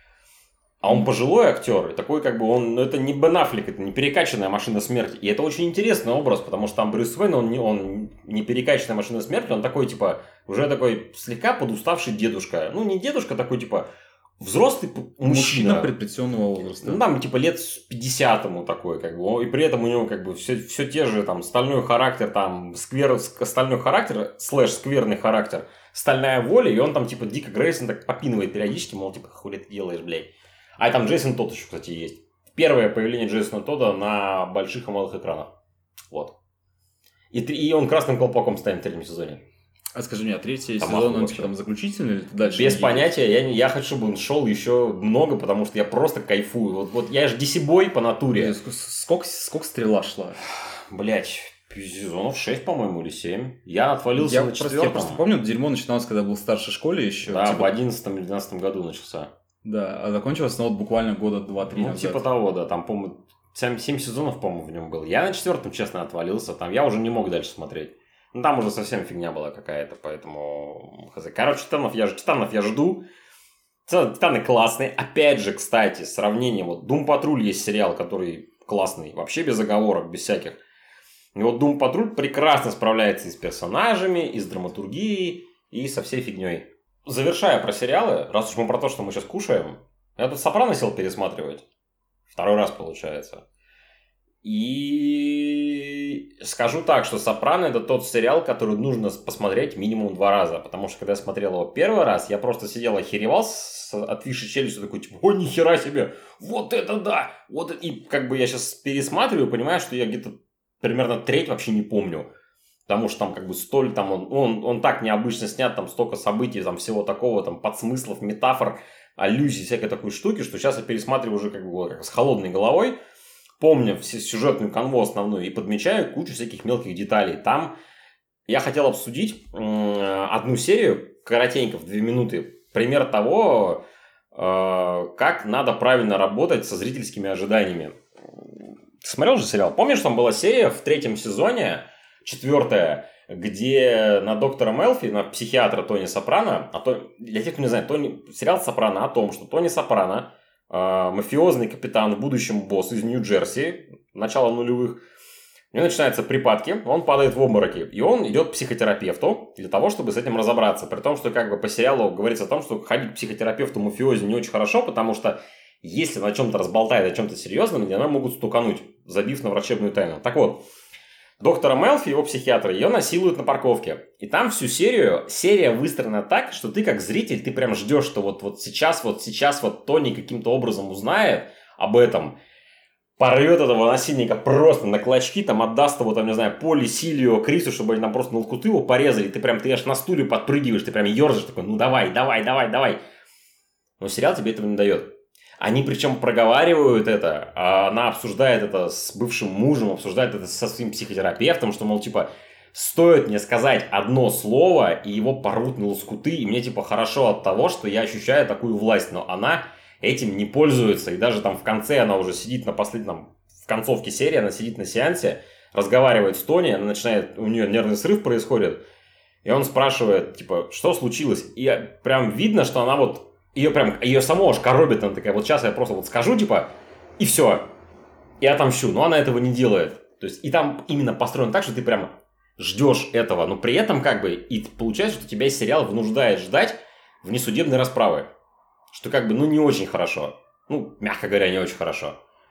А он пожилой актер. И такой, как бы, он, ну, это не Бен Аффлек, это не перекачанная машина смерти. И это очень интересный образ, потому что там Брюс Уэйн, он не, он не перекачанная машина смерти, он такой, типа, уже такой слегка подуставший дедушка. Ну, не дедушка, такой, типа, взрослый мужчина. Мужчина предпенсионного возраста. Ну, там, типа, лет пятьдесят ему такой, как бы. И при этом у него, как бы, все, все те же, там, стальной характер, там, сквер, стальной характер, слэш, скверный характер, стальная воля, и он там, типа, Дика Грейсон так попинывает периодически, мол, типа, хули ты делаешь, блядь. А там Джейсон Тодд еще, кстати, есть. Первое появление Джейсона Тодда на больших и малых экранах. Вот. И, и он красным колпаком станет в третьем сезоне. А скажи мне, а третий там сезон, он типа там заключительный или ты дальше? Без понятия. Я, я хочу, чтобы он шел еще много, потому что я просто кайфую. Вот, вот я же ди си-бой по натуре. Сколько, сколько стрела шла? Блять, сезонов шесть, по-моему, или семь. Я отвалился я на просто, четвертом. Я просто помню, дерьмо начиналось, когда был в старшей школе еще. Да, типа... в одиннадцатом или двенадцатом году начался. Да, а закончилось, ну, вот буквально года два-три Ну, назад. типа того, да. Там, по-моему, семь сезонов, по-моему, в нем было. Я на четвертом, честно, отвалился. Там я уже не мог дальше смотреть. Ну, там уже совсем фигня была какая-то, поэтому... Короче, Титанов я, Титанов я жду. Титаны классные. Опять же, кстати, сравнение. Вот Doom Patrol есть сериал, который классный. Вообще без оговорок, без всяких. И вот Doom Patrol прекрасно справляется и с персонажами, и с драматургией, и со всей фигней. Завершая про сериалы, раз уж мы про то, что мы сейчас кушаем, я тут «Сопрано» сел пересматривать. Второй раз получается. И скажу так, что «Сопрано» — это тот сериал, который нужно посмотреть минимум два раза. Потому что, когда я смотрел его первый раз, я просто сидел, охеревал с отвисшей челюстью, такой, типа, ой, нихера себе, вот это да! Вот это... И как бы я сейчас пересматриваю, понимаю, что я где-то примерно треть вообще не помню. Потому что там как бы столь, там он, он, он так необычно снят, там столько событий, там всего такого, там подсмыслов, метафор, аллюзий, всякой такой штуки, что сейчас я пересматриваю уже как бы как с холодной головой, помню всю сюжетную канву основную и подмечаю кучу всяких мелких деталей. Там я хотел обсудить э, одну серию, коротенько, в две минуты, пример того, э, как надо правильно работать со зрительскими ожиданиями. Ты смотрел же сериал? Помнишь, там была серия в третьем сезоне, четвертая, где на доктора Мелфи, на психиатра Тони Сопрано, а то, для тех, кто не знает, Тони, сериал Сопрано о том, что Тони Сопрано, э, мафиозный капитан, в будущем босс из Нью-Джерси, начала нулевых, у него начинаются припадки, он падает в обмороки, и он идет к психотерапевту для того, чтобы с этим разобраться, при том, что как бы по сериалу говорится о том, что ходить к психотерапевту мафиози не очень хорошо, потому что если на чем-то разболтает, о чем-то серьезном, где она могут стукануть, забив на врачебную тайну. Так вот, доктора Мелфи, его психиатра, ее насилуют на парковке. И там всю серию, серия выстроена так, что ты как зритель, ты прям ждешь, что вот, вот сейчас, вот сейчас вот Тони каким-то образом узнает об этом, порвет этого насильника просто на клочки, там отдаст его, там, не знаю, Полли, Сильвио, Крису, чтобы они там просто на лоскуты его порезали, ты прям, ты аж на стуле подпрыгиваешь, ты прям ерзаешь, такой, ну давай, давай, давай, давай. Но сериал тебе этого не дает. Они причем проговаривают это, а она обсуждает это с бывшим мужем, обсуждает это со своим психотерапевтом, что, мол, типа, стоит мне сказать одно слово, и его порвут на лоскуты, и мне типа хорошо от того, что я ощущаю такую власть, но она этим не пользуется, и даже там в конце она уже сидит на последнем, в концовке серии, она сидит на сеансе, разговаривает с Тони, она начинает, у нее нервный срыв происходит, и он спрашивает, типа, что случилось, и прям видно, что она вот, ее прям, ее само аж коробит, она такая, вот сейчас я просто вот скажу, типа, и все, и отомщу, но она этого не делает, то есть, и там именно построено так, что ты прям ждешь этого, но при этом как бы и получается, что тебя сериал вынуждает ждать внесудебной расправы. Что как бы, ну, не очень хорошо. Ну, мягко говоря, не очень хорошо.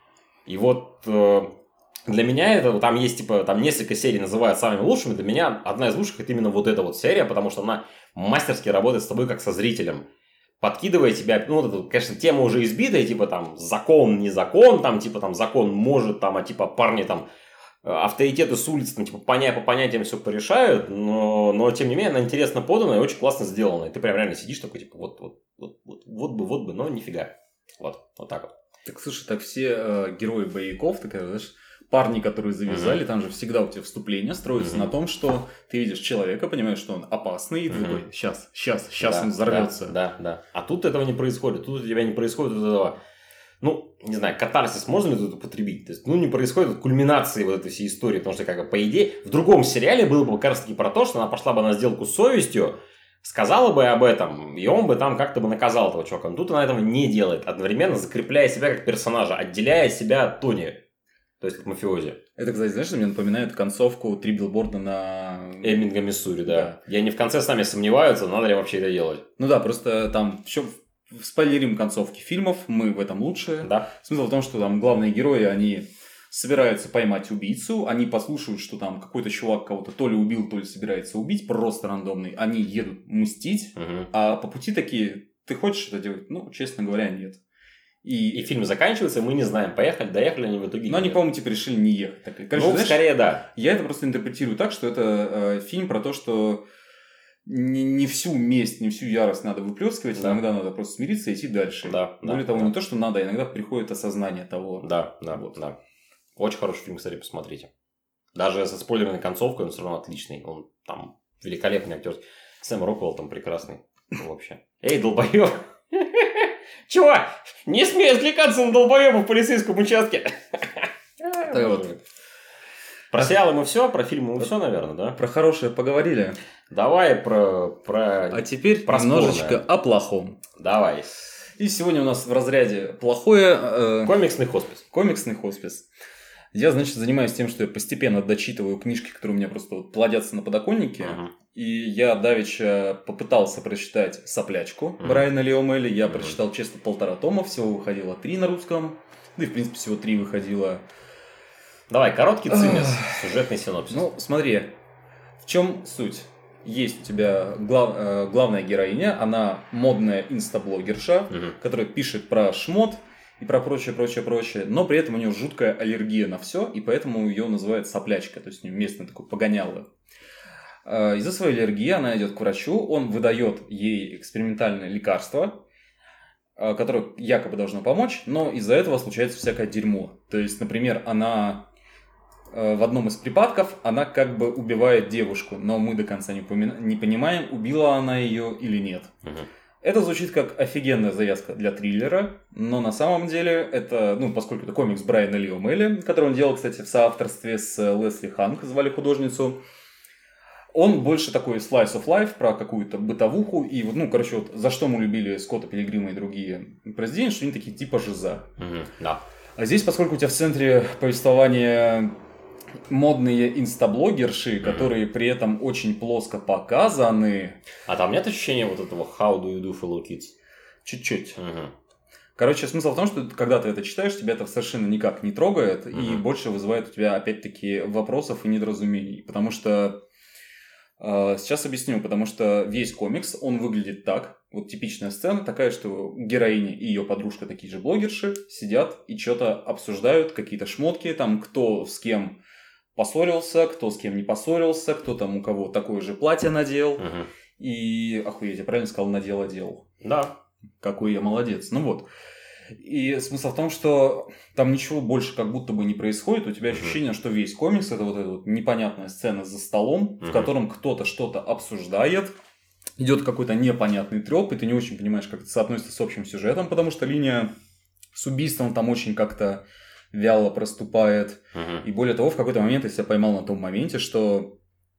И вот э, для меня это, там есть, типа, там несколько серий называют самыми лучшими. Для меня одна из лучших это именно вот эта вот серия, потому что она мастерски работает с тобой как со зрителем. Подкидывая тебя, ну, вот это, конечно, тема уже избитая, типа, там, закон, не закон, там, типа, там, закон может, там, а, типа, парни, там, авторитеты с улицы, там, типа, поня- по понятиям все порешают, но, но, тем не менее, она интересно подана и очень классно сделана. И ты прям реально сидишь такой, типа, вот, вот, вот, вот, вот бы, вот бы, но нифига. Вот, вот так вот. Так, слушай, так все э, герои боевиков, так, знаешь, парни, которые завязали, mm-hmm. там же всегда у тебя вступление строится mm-hmm. на том, что ты видишь человека, понимаешь, что он опасный, и ты mm-hmm. такой, сейчас, сейчас, сейчас да, он взорвется. Да, да, да. А тут этого не происходит, тут у тебя не происходит вот этого... Ну, не знаю, катарсис можно ли тут употребить? То есть, ну, не происходит кульминации вот этой всей истории, потому что, как бы, по идее, в другом сериале было бы как раз таки про то, что она пошла бы на сделку с совестью, сказала бы об этом, и он бы там как-то бы наказал этого чувака. Но тут она этого не делает, одновременно закрепляя себя как персонажа, отделяя себя от Тони, то есть от мафиози. Это, кстати, знаешь, что мне напоминает концовку «Три билборда» на... Эббинга, Миссури, да. да. И они в конце сами сомневаются, надо ли вообще это делать. Ну да, просто там еще... Спойлерим концовки фильмов, мы в этом лучшие. Да. Смысл в том, что там главные герои, они собираются поймать убийцу, они послушают, что там какой-то чувак кого-то то ли убил, то ли собирается убить, просто рандомный, они едут мстить, угу. а по пути такие, ты хочешь это делать? Ну, честно говоря, нет. И, и фильм заканчивается, мы не знаем, поехали, доехали они в итоге. Но они, по-моему, типа решили не ехать. Так, короче, ну, знаешь, скорее да. Я это просто интерпретирую так, что это э, фильм про то, что Не, не всю месть, не всю ярость надо выплескивать, да. Иногда надо просто смириться и идти дальше. Да, Более да, того, да. не то, что надо, иногда приходит осознание того. Да, да, вот. да. Очень хороший фильм, кстати, посмотрите. Даже со спойлерной концовкой он все равно отличный. Он там великолепный актер. Сэм Роквелл там прекрасный. Вообще. Эй, долбоёб! Чего? Не смей отвлекаться на долбоёба в полицейском участке! Про сериалы мы все, про фильмы мы все, наверное, да? Про хорошее поговорили. Давай про... про... А теперь про немножечко спорное. о плохом. Давай. И сегодня у нас в разряде плохое... Э... Комиксный хоспис. Комиксный хоспис. Я, значит, занимаюсь тем, что я постепенно дочитываю книжки, которые у меня просто вот плодятся на подоконнике. Uh-huh. И я давеча попытался прочитать «Соплячку» uh-huh. Брайана Ли Омэля. Я uh-huh. прочитал, честно, полтора тома. Всего выходило три на русском. Да и, в принципе, всего три выходило. Давай, короткий цимис, сюжетный синопсис. Ну, смотри, в чем суть? Есть у тебя глав, э, главная героиня, она модная инстаблогерша, угу. которая пишет про шмот и про прочее, прочее, прочее, но при этом у нее жуткая аллергия на все, и поэтому ее называют соплячка, то есть у нее местный такой погоняло. Э, из-за своей аллергии она идет к врачу, он выдает ей экспериментальное лекарство, э, которое якобы должно помочь, но из-за этого случается всякое дерьмо. То есть, например, она... в одном из припадков она как бы убивает девушку, но мы до конца не, помина... не понимаем, убила она ее или нет. Угу. Это звучит как офигенная завязка для триллера, но на самом деле это, ну, поскольку это комикс Брайана Ли Омэля, который он делал, кстати, в соавторстве с Лесли Ханк, звали художницу, он больше такой slice of life про какую-то бытовуху, и, ну, короче, вот за что мы любили Скотта Пилигрима и другие произведения, что они такие типа жиза. Угу. Да. А здесь, поскольку у тебя в центре повествования модные инстаблогерши, mm-hmm. которые при этом очень плоско показаны. А там нет ощущения вот этого how do you do fellow kids? Чуть-чуть. Mm-hmm. Короче, смысл в том, что когда ты это читаешь, тебя это совершенно никак не трогает mm-hmm. и больше вызывает у тебя опять-таки вопросов и недоразумений. Потому что... Э, сейчас объясню. Потому что весь комикс, он выглядит так. Вот типичная сцена такая, что героиня и ее подружка, такие же блогерши, сидят и что-то обсуждают, какие-то шмотки, там кто с кем... поссорился, кто с кем не поссорился, кто там у кого такое же платье надел. Угу. И, охуеть, я правильно сказал, надел-одел. Да. Какой я молодец. Ну вот. И смысл в том, что там ничего больше как будто бы не происходит. У тебя ощущение, что весь комикс это вот эта вот непонятная сцена за столом, в котором кто-то что-то обсуждает. Идет какой-то непонятный трёп, и ты не очень понимаешь, как это соотносится с общим сюжетом, потому что линия с убийством там очень как-то вяло проступает. Угу. И более того, в какой-то момент я себя поймал на том моменте, что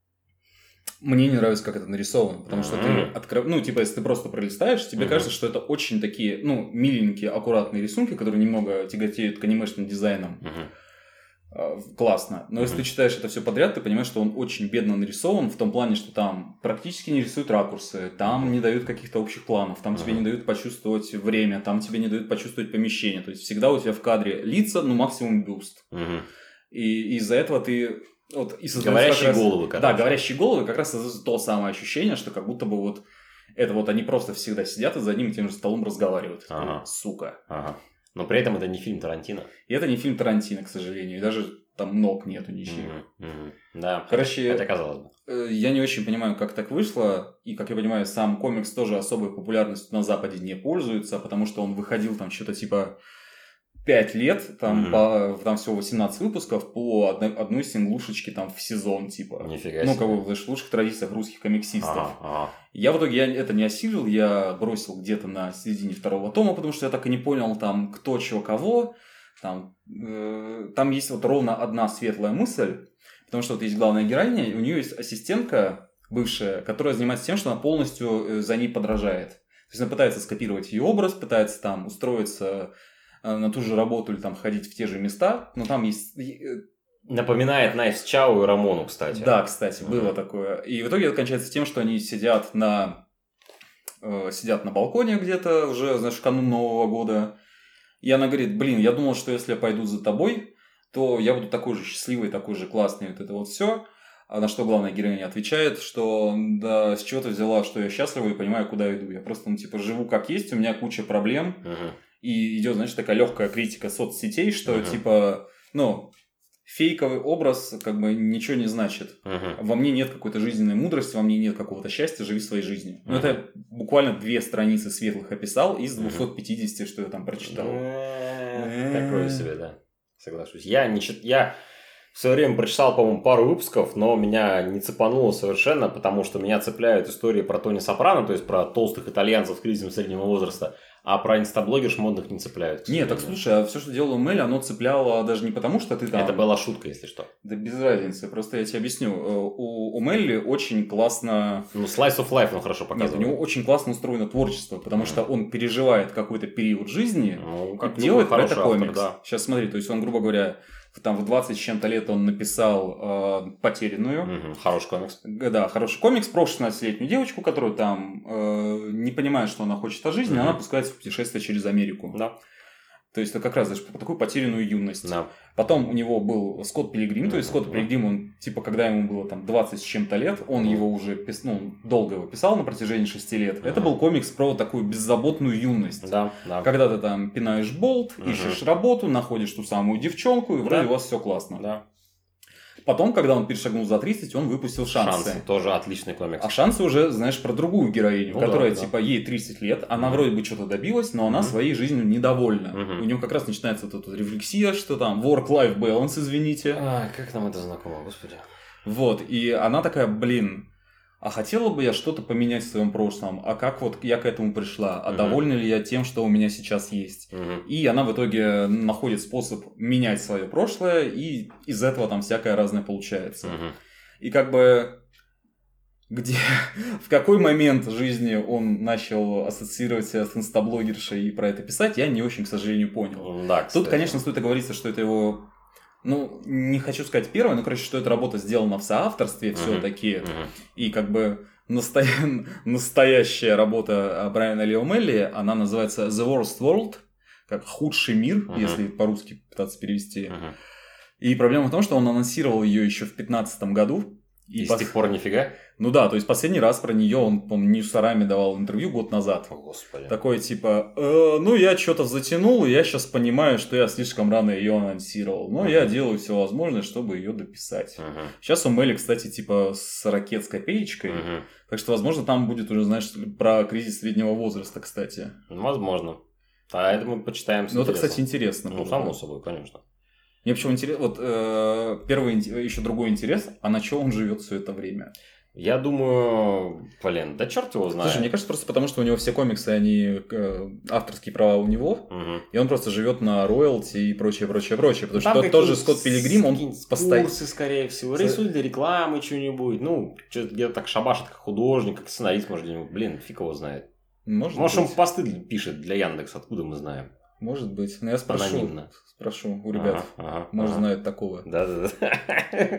мне не нравится, как это нарисовано, потому что ты открыв... ну, типа, если ты просто пролистаешь, тебе uh-huh. кажется, что это очень такие, ну, миленькие, аккуратные рисунки, которые немного тяготеют к анимешным дизайнам. Uh-huh. Классно. Но uh-huh. если ты читаешь это все подряд, ты понимаешь, что он очень бедно нарисован в том плане, что там практически не рисуют ракурсы, там не дают каких-то общих планов, там uh-huh. тебе не дают почувствовать время, там тебе не дают почувствовать помещение. То есть всегда у тебя в кадре лица, ну, максимум бюст. Uh-huh. И из-за этого ты... Вот, и говорящие раз, головы, короче. Да, говорящие головы как раз создают то самое ощущение, что как будто бы вот это вот они просто всегда сидят и за одним и тем же столом разговаривают. Ага. Сука. Ага. Но при этом это не фильм Тарантино. И это не фильм Тарантино, к сожалению. И даже там ног нету ничего. Mm-hmm. Mm-hmm. Да, короче, хотя казалось бы. Я не очень понимаю, как так вышло. И, как я понимаю, сам комикс тоже особой популярностью на Западе не пользуется, потому что он выходил там что-то типа... Пять лет, там, mm-hmm. по, там всего восемнадцать выпусков по одной, одной синглушечке там в сезон, типа. Нифига себе. Ну, как бы в лучших традициях русских комиксистов. Ага, ага. Я в итоге я это не осилил, я бросил где-то на середине второго тома, потому что я так и не понял, там, кто, чего, кого. Там, э, там есть вот ровно одна светлая мысль, потому что вот есть главная героиня, и у нее есть ассистентка бывшая, которая занимается тем, что она полностью за ней подражает. То есть она пытается скопировать ее образ, пытается там устроиться... на ту же работу или там ходить в те же места, но там есть... Напоминает Найфс Чау и Рамону, кстати. Да, кстати, mm-hmm. было такое. И в итоге это кончается тем, что они сидят на, э, сидят на балконе где-то уже, знаешь, в канун Нового года. И она говорит, блин, я думал, что если я пойду за тобой, то я буду такой же счастливый, такой же классный, вот это вот все. А на что главная героиня отвечает, что да, с чего ты взяла, что я счастлива и понимаю, куда иду. Я просто, ну, типа, живу как есть, у меня куча проблем. Mm-hmm. И идет, знаешь, такая легкая критика соцсетей, что uh-huh. типа, ну, фейковый образ как бы ничего не значит. Uh-huh. Во мне нет какой-то жизненной мудрости, во мне нет какого-то счастья, живи своей жизнью. Uh-huh. Ну, это буквально две страницы светлых описал из двухсот пятидесяти, uh-huh. что я там прочитал. Такое себе, да. Соглашусь. Я не чит... я в свое время прочитал, по-моему, пару выпусков, но меня не цепануло совершенно, потому что меня цепляют истории про Тони Сопрано, то есть про толстых итальянцев с кризисом среднего возраста. А про инстаблогерш модных не цепляют. Нет, так слушай, а все, что делала Мэль, оно цепляло даже не потому, что ты там... Это была шутка, если что. Да без разницы, просто я тебе объясню. У, у Мэлли очень классно... Ну, Slice of Life он хорошо показывает. Нет, у него очень классно устроено творчество, потому mm. что он переживает какой-то период жизни ну, как и делает про это комикс. Автор, да. Сейчас смотри, то есть он, грубо говоря... Там в двадцать с чем-то лет он написал э, «Потерянную». Угу, хороший комикс. Да, хороший комикс про шестнадцатилетнюю девочку, которая там э, не понимает, что она хочет от жизни, угу. она пускается в путешествие через Америку. Да. То есть это как раз даже про такую потерянную юность. Да. Потом у него был Скотт Пилигрим, то есть Скотт Пилигрим, он, типа, когда ему было там двадцать с чем-то лет, он mm-hmm. его уже, пис... ну, долго его писал на протяжении шести лет. Mm-hmm. Это был комикс про такую беззаботную юность. Да, да. Когда ты там пинаешь болт, mm-hmm. ищешь работу, находишь ту самую девчонку, и вроде да. у вас все классно. Да. Потом, когда он перешагнул за тридцать, он выпустил «Шансы». «Шансы» тоже отличный комикс. А «Шансы» уже, знаешь, про другую героиню, ну, которая, да, типа, да. ей тридцать лет, она mm-hmm. вроде бы что-то добилась, но она mm-hmm. своей жизнью недовольна. Mm-hmm. У нее как раз начинается вот эта рефлексия, что там work-life balance, извините. А, как нам это знакомо, господи. Вот, и она такая, блин, а хотела бы я что-то поменять в своем прошлом, а как вот я к этому пришла, а mm-hmm. довольна ли я тем, что у меня сейчас есть. Mm-hmm. И она в итоге находит способ менять свое прошлое, и из этого там всякое разное получается. Mm-hmm. И как бы где, в какой момент жизни он начал ассоциировать себя с инстаблогершей и про это писать, я не очень, к сожалению, понял. Да, кстати. Тут, конечно, стоит оговориться, что это его... Ну, не хочу сказать первое, но, короче, что эта работа сделана в соавторстве uh-huh. все-таки. Uh-huh. И как бы настоя... настоящая работа Брайана Ли О'Мелли, она называется The Worst World, как «Худший мир», uh-huh. если по-русски пытаться перевести. Uh-huh. И проблема в том, что он анонсировал ее еще в пятнадцатом году. И, и с тех пор нифига? Ну да, то есть последний раз про нее он, по-моему, Ньюсараме давал интервью год назад. О, Господи. Такой типа, э, ну я что-то затянул, и я сейчас понимаю, что я слишком рано ее анонсировал. Но uh-huh. я делаю все возможное, чтобы ее дописать. Uh-huh. Сейчас у Мэлли, кстати, типа с ракет с копеечкой. Uh-huh. Так что, возможно, там будет уже, знаешь, про кризис среднего возраста, кстати. Возможно. Поэтому почитаем с Ну, это, интересом. кстати, интересно. Ну, было. само собой, конечно. Мне почему интересно, вот э, первый, еще другой интерес, а на чем он живет все это время? Я думаю, блин, да черт его знает. Слушай, мне кажется, просто потому, что у него все комиксы, они э, авторские права у него, Угу. и он просто живет на роялти и прочее, прочее, прочее. Потому Там что тот, тот же Скотт Пилигрим, он постоянно... Курсы, скорее всего, рисует для рекламы что-нибудь. Ну, что-то где-то так шабашит, как художник, как сценарист, может, где-нибудь. Блин, фиг его знает. Может, Может, быть. он посты пишет для Яндекса, откуда мы знаем. Может быть. Но я спрошу, Анонимно. спрошу у ребят. Ага, ага, Может, ага. знают такого. Да-да-да.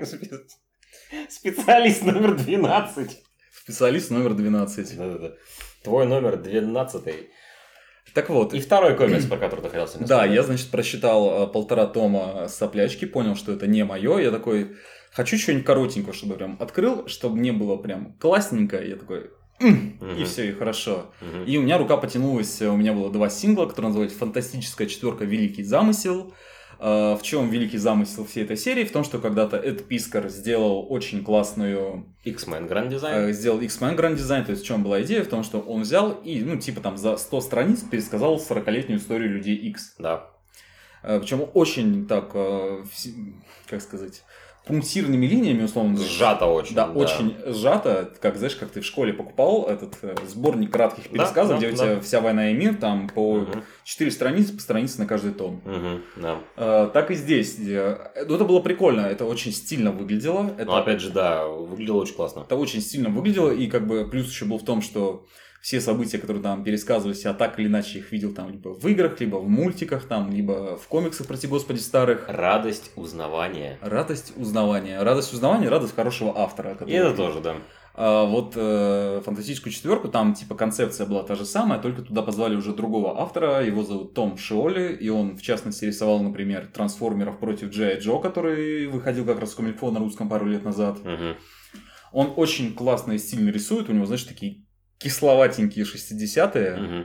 Специалист номер двенадцать. Специалист номер двенадцать. Да-да-да. Твой номер двенадцатый. Так вот. И второй комикс, про который ты хотел сегодня Да, сказать. я, значит, прочитал э, полтора тома соплячки, понял, что это не мое. Я такой, хочу что-нибудь коротенького, чтобы прям открыл, чтобы мне было прям классненько. Я такой, «М!» Мгм. и все, и хорошо. Мгм. И у меня рука потянулась, у меня было два сингла, которые назывались «Фантастическая четверка. Великий замысел». Э, В чем великий замысел всей этой серии? В том, что когда-то Эд Пискар сделал очень классную... X-Men Grand Design. э, Сделал X-Men Grand Design. То есть, в чем была идея? В том, что он взял и, ну, типа там за сто страниц пересказал сорокалетнюю историю Людей Икс. Да. Причем очень так, э, вс- как сказать, пунктирными линиями, условно. Сжато очень. Да, очень сжато, как, знаешь, как ты в школе покупал этот э, сборник кратких Да, пересказов, да, где у да. тебя вся «Война и мир», там по Мгм. четыре страницы, по странице на каждый том. Мгм. Да. Э, так и здесь. Э, Ну, это было прикольно, это очень стильно выглядело. Это, Но опять же, да, выглядело очень классно. это очень стильно выглядело, и как бы плюс еще был в том, что все события, которые там пересказывались, я так или иначе их видел там либо в играх, либо в мультиках, там, либо в комиксах, прости господи, старых. Радость узнавания. Радость узнавания. Радость узнавания, радость хорошего автора. который- И это тоже, да. А вот э, «Фантастическую четверку», там типа концепция была та же самая, только туда позвали уже другого автора, его зовут Том Шиоли, и он в частности рисовал, например, «Трансформеров против Джей Джо», который выходил как раз в Комильфо на русском пару лет назад. Мгм. Он очень классно и стильно рисует, у него, знаешь, такие кисловатенькие шестидесятые, Мгм.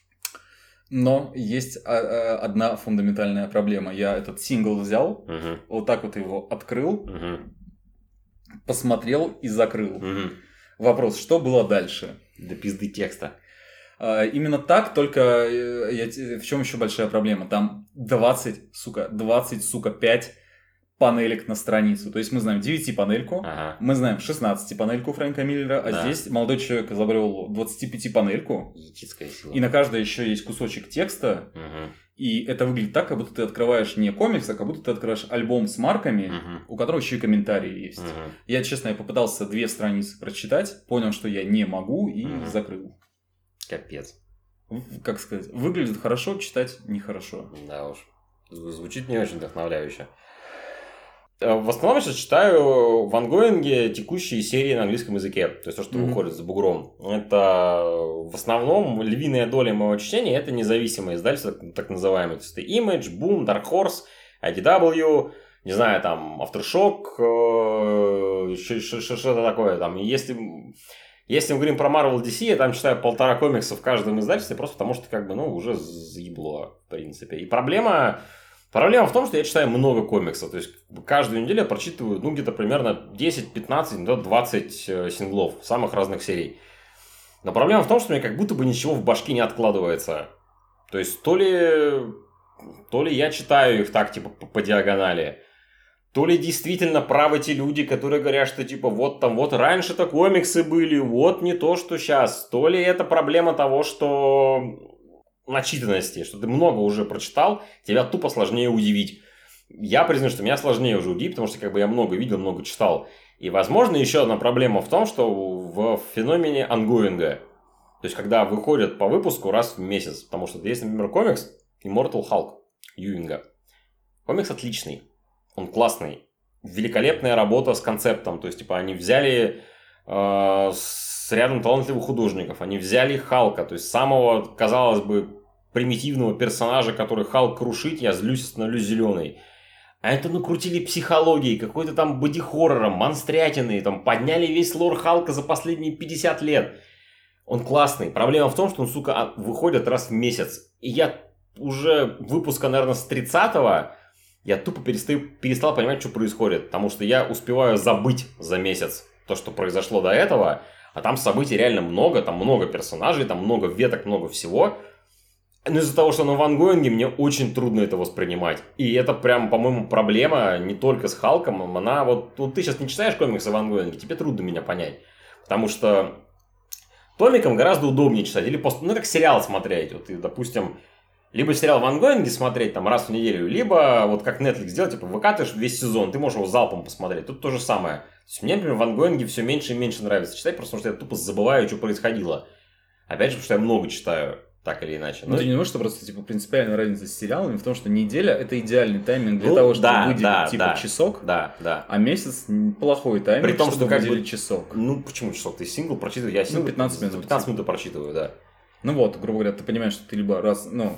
но есть а, а, одна фундаментальная проблема. Я этот сингл взял, Мгм. вот так вот его открыл, Мгм. посмотрел и закрыл. Мгм. Вопрос, что было дальше? До пизды текста. А, Именно так, только э, я те- в чем еще большая проблема? Там двадцать, сука, двадцать, сука, пять панелек на страницу. То есть мы знаем девять панельку, Ага. мы знаем шестнадцать панельку Фрэнка Миллера, а Да. здесь молодой человек изобрел двадцать пять панельку, Египетская сила. и на каждой еще есть кусочек текста, Мгм. и это выглядит так, как будто ты открываешь не комикс, а как будто ты открываешь альбом с марками, Мгм. у которого еще и комментарии есть. Мгм. Я, честно, я попытался две страницы прочитать, понял, что я не могу, и Мгм. закрыл. Капец. В- Как сказать, выглядит хорошо, читать нехорошо. Да уж. Зв- Звучит не очень вдохновляюще. Э, В основном я сейчас читаю в ангоинге текущие серии на английском языке. То есть то, что Мгм. выходит за бугром. Это в основном львиная доля моего чтения это независимые издательства, так называемые. То есть это Image, Boom, Dark Horse, ай ди дабл ю, не знаю, там, Aftershock, э, ш- ш- ш- что-то такое. Там, И если, если мы говорим про Marvel ди си, я там читаю полтора комикса в каждом издательстве, просто потому что, как бы, ну, уже заебло, в принципе. И проблема... Проблема в том, что я читаю много комиксов. То есть, каждую неделю я прочитываю, ну, где-то примерно десять, пятнадцать, до двадцать э, синглов самых разных серий. Но проблема в том, что у меня как будто бы ничего в башке не откладывается. То есть, то ли, то ли я читаю их так, типа, по, по диагонали, то ли действительно правы те люди, которые говорят, что, типа, вот там, вот раньше-то комиксы были, вот не то, что сейчас. То ли это проблема того, что... начитанности, что ты много уже прочитал, тебя тупо сложнее удивить. Я признаю, что меня сложнее уже удивить, потому что как бы я много видел, много читал. И, возможно, еще одна проблема в том, что в феномене ангоинга, то есть, когда выходят по выпуску раз в месяц, потому что есть, например, комикс Immortal Hulk Юинга. Комикс отличный, он классный, великолепная работа с концептом, то есть, типа, они взяли э, с рядом талантливых художников, они взяли Халка, то есть, самого, казалось бы, примитивного персонажа, который Халк крушит, я злюсь и становлюсь зеленый. А это накрутили психологией, какой-то там боди-хоррором, монстрятиной, там подняли весь лор Халка за последние пятьдесят лет. Он классный. Проблема в том, что он, сука, выходит раз в месяц. И я уже выпуска, наверное, с тридцатого я тупо перестаю, перестал понимать, что происходит. Потому что я успеваю забыть за месяц то, что произошло до этого. А там событий реально много, там много персонажей, там много веток, много всего. Но из-за того, что оно в ангоинге, мне очень трудно это воспринимать. И это прям, по-моему, проблема не только с Халком. Она вот, вот ты сейчас не читаешь комиксы в ангоинге, тебе трудно меня понять. Потому что томиком гораздо удобнее читать. Или просто, ну, как сериал смотреть. Вот ты, допустим, либо сериал в ангоинге смотреть там раз в неделю, либо вот как Netflix делать, типа выкатываешь весь сезон, ты можешь его залпом посмотреть. Тут то же самое. То есть мне, например, в ангоинге все меньше и меньше нравится читать, просто потому что я тупо забываю, что происходило. Опять же, потому что я много читаю. Так или иначе. Ну, ты не думаешь, что просто типа принципиальная разница с сериалами в том, что неделя это идеальный тайминг для ну, того, чтобы да, выделить да, типа да, часок, да, да. а месяц плохой тайминг, при том, чтобы что как выделить бы, часок. Ну, почему часок? Ты сингл прочитываешь, я сингл ну, пятнадцать минут. за пятнадцать минут прочитываю, да. Ну вот, грубо говоря, ты понимаешь, что ты либо раз, ну,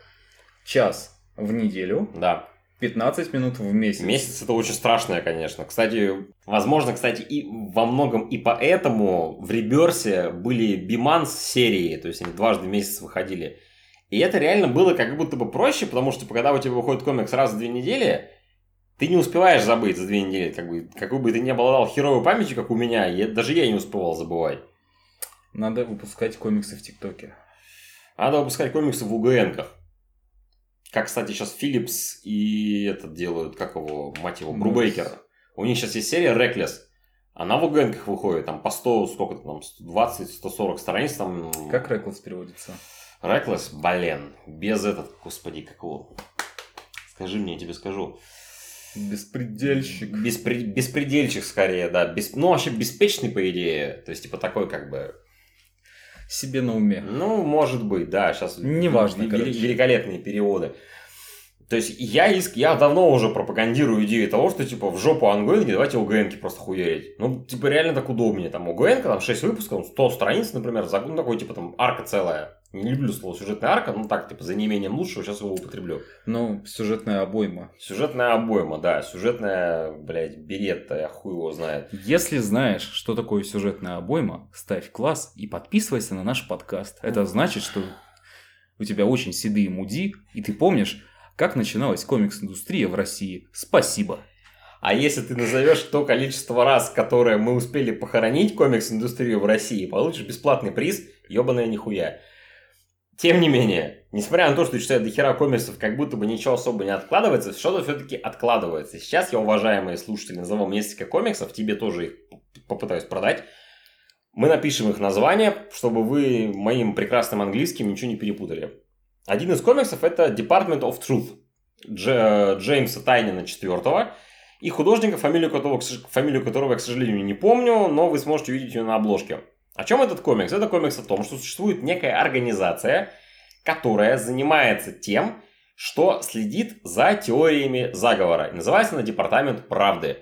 час в неделю, да. пятнадцать минут в месяц. Месяц это очень страшное, конечно. Кстати, возможно, кстати, и во многом и поэтому в Реберсе были биманс серии, то есть они дважды в месяц выходили. И это реально было как будто бы проще, потому что типа, когда у тебя выходит комикс раз в две недели, ты не успеваешь забыть за две недели. Как бы, какой бы ты ни обладал херовой памятью, как у меня, я, даже я не успевал забывать. Надо выпускать комиксы в ТикТоке. Надо выпускать комиксы в УГНках. Как, кстати, сейчас Philips и этот делают, как его, мать его, Брубейкер. У них сейчас есть серия Reckless. Она в УГНках выходит, там по сто, сколько там, сто двадцать - сто сорок страниц. Там... Как Reckless переводится? Reckless, блин, без этот, господи, какого. Скажи мне, я тебе скажу. Беспредельщик. Беспре... Беспредельщик, скорее, да. Бес... Ну, вообще, беспечный, по идее. То есть, типа, такой, как бы... Себе на уме. Ну, может быть, да. Сейчас неважно, в... короче. Великолепные переводы. То есть, я, иск... я давно уже пропагандирую идею того, что, типа, в жопу ангоинги давайте УГНки просто хуярить. Ну, типа, реально так удобнее. Там УГНка, там шесть выпусков, сто страниц, например, за... ну, такой, типа, там, арка целая. Не люблю слово сюжетная арка, но так, типа, за неимением лучшего сейчас его употреблю. Ну, сюжетная обойма. Сюжетная обойма, да. Сюжетная, блядь, беретта, я хуй его знает. Если знаешь, что такое сюжетная обойма, ставь класс и подписывайся на наш подкаст. Это значит, что у тебя очень седые муди, и ты помнишь, как начиналась комикс-индустрия в России. Спасибо. А если ты назовешь то количество раз, которое мы успели похоронить комикс-индустрию в России, получишь бесплатный приз, ебаная нихуя. Тем не менее, несмотря на то, что читают дохера комиксов, как будто бы ничего особо не откладывается, что-то все-таки откладывается. Сейчас я, уважаемые слушатели, назову вам несколько комиксов, тебе тоже их попытаюсь продать. Мы напишем их название, чтобы вы моим прекрасным английским ничего не перепутали. Один из комиксов это Department of Truth Дж- Джеймса Тайнина четвёртого и художника, фамилию которого, фамилию которого я, к сожалению, не помню, но вы сможете увидеть ее на обложке. О чем этот комикс? Это комикс о том, что существует некая организация, которая занимается тем, что следит за теориями заговора. Называется она Департамент правды.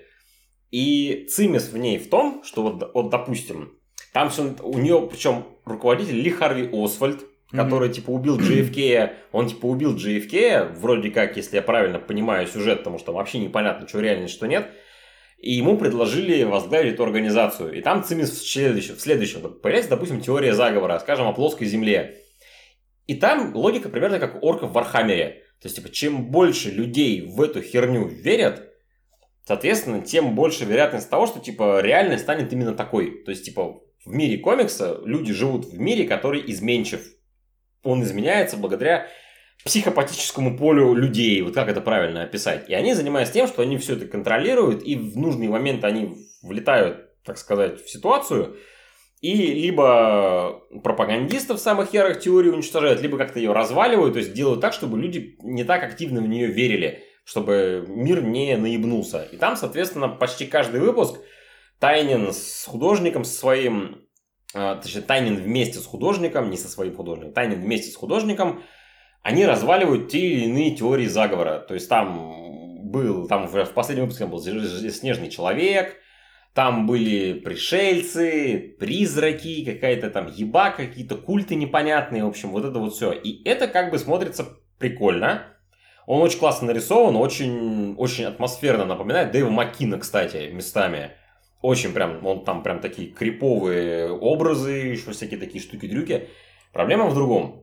И цимис в ней в том, что вот, вот допустим, там все, у нее, причем руководитель Ли Харви Освальд, который, mm-hmm. типа, убил Джей Эф Кей, он, типа, убил Джей Эф Кей, вроде как, если я правильно понимаю сюжет, потому что там вообще непонятно, что реально, что нет. И ему предложили возглавить эту организацию. И там цимис в следующем, в следующем появляется, допустим, теория заговора, скажем, о плоской земле. И там логика примерно как у орков в Вархаммере. То есть, типа, чем больше людей в эту херню верят, соответственно, тем больше вероятность того, что, типа, реальность станет именно такой. То есть, типа, в мире комикса люди живут в мире, который изменчив. Он изменяется благодаря психопатическому полю людей, вот как это правильно описать. И они занимаются тем, что они все это контролируют, и в нужный момент они влетают, так сказать, в ситуацию, и либо пропагандистов самых ярых теорий уничтожают, либо как-то ее разваливают, то есть делают так, чтобы люди не так активно в нее верили, чтобы мир не наебнулся. И там, соответственно, почти каждый выпуск Тайнин с художником, со своим, точнее, Тайнин вместе с художником, не со своим художником, Тайнин вместе с художником, они разваливают те или иные теории заговора. То есть там был, там в последнем выпуске был снежный человек, там были пришельцы, призраки, какая-то там еба, какие-то культы непонятные, в общем, вот это вот все. И это как бы смотрится прикольно. Он очень классно нарисован, очень, очень атмосферно напоминает Дэйва Маккина, кстати, местами. Очень прям, он там прям такие криповые образы, еще всякие такие штуки-дрюки. Проблема в другом.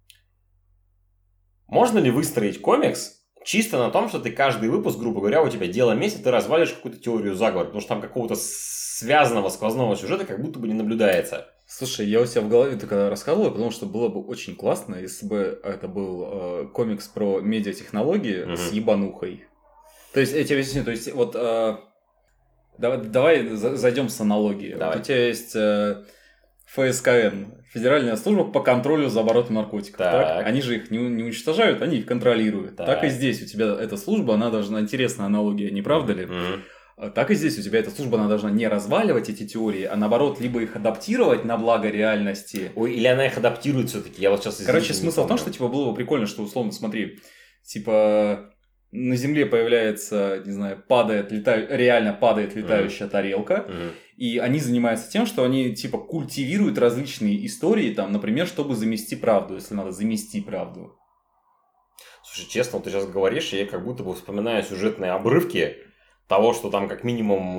Можно ли выстроить комикс чисто на том, что ты каждый выпуск, грубо говоря, у тебя дело месяц, ты развалишь какую-то теорию заговора, потому что там какого-то связанного сквозного сюжета как будто бы не наблюдается. Слушай, я у себя в голове ты когда рассказывал, потому что было бы очень классно, если бы это был э, комикс про медиатехнологии Мгм. с ебанухой. То есть, я тебе объясню, то есть, вот э, давай, давай за- зайдем с аналогии. Давай. Вот у тебя есть э, эф эс ка эн, Федеральная служба по контролю за оборотом наркотиков. Так. Так. Они же их не, не уничтожают, они их контролируют. Так. Так. и здесь у тебя эта служба, она должна, интересная аналогия, не правда ли? Мгм. Так и здесь у тебя эта служба, она должна не разваливать эти теории, а наоборот, либо их адаптировать на благо реальности. Ой, или она их адаптирует все-таки. Я вот сейчас извините, Короче, не смысл в том, помню. что типа было бы прикольно, что условно, смотри, типа на Земле появляется, не знаю, падает, летаю, реально падает летающая тарелка, Мгм. и они занимаются тем, что они типа культивируют различные истории, там, например, чтобы замести правду, если надо замести правду. Слушай, честно, вот ты сейчас говоришь, и я как будто бы вспоминаю сюжетные обрывки того, что там как минимум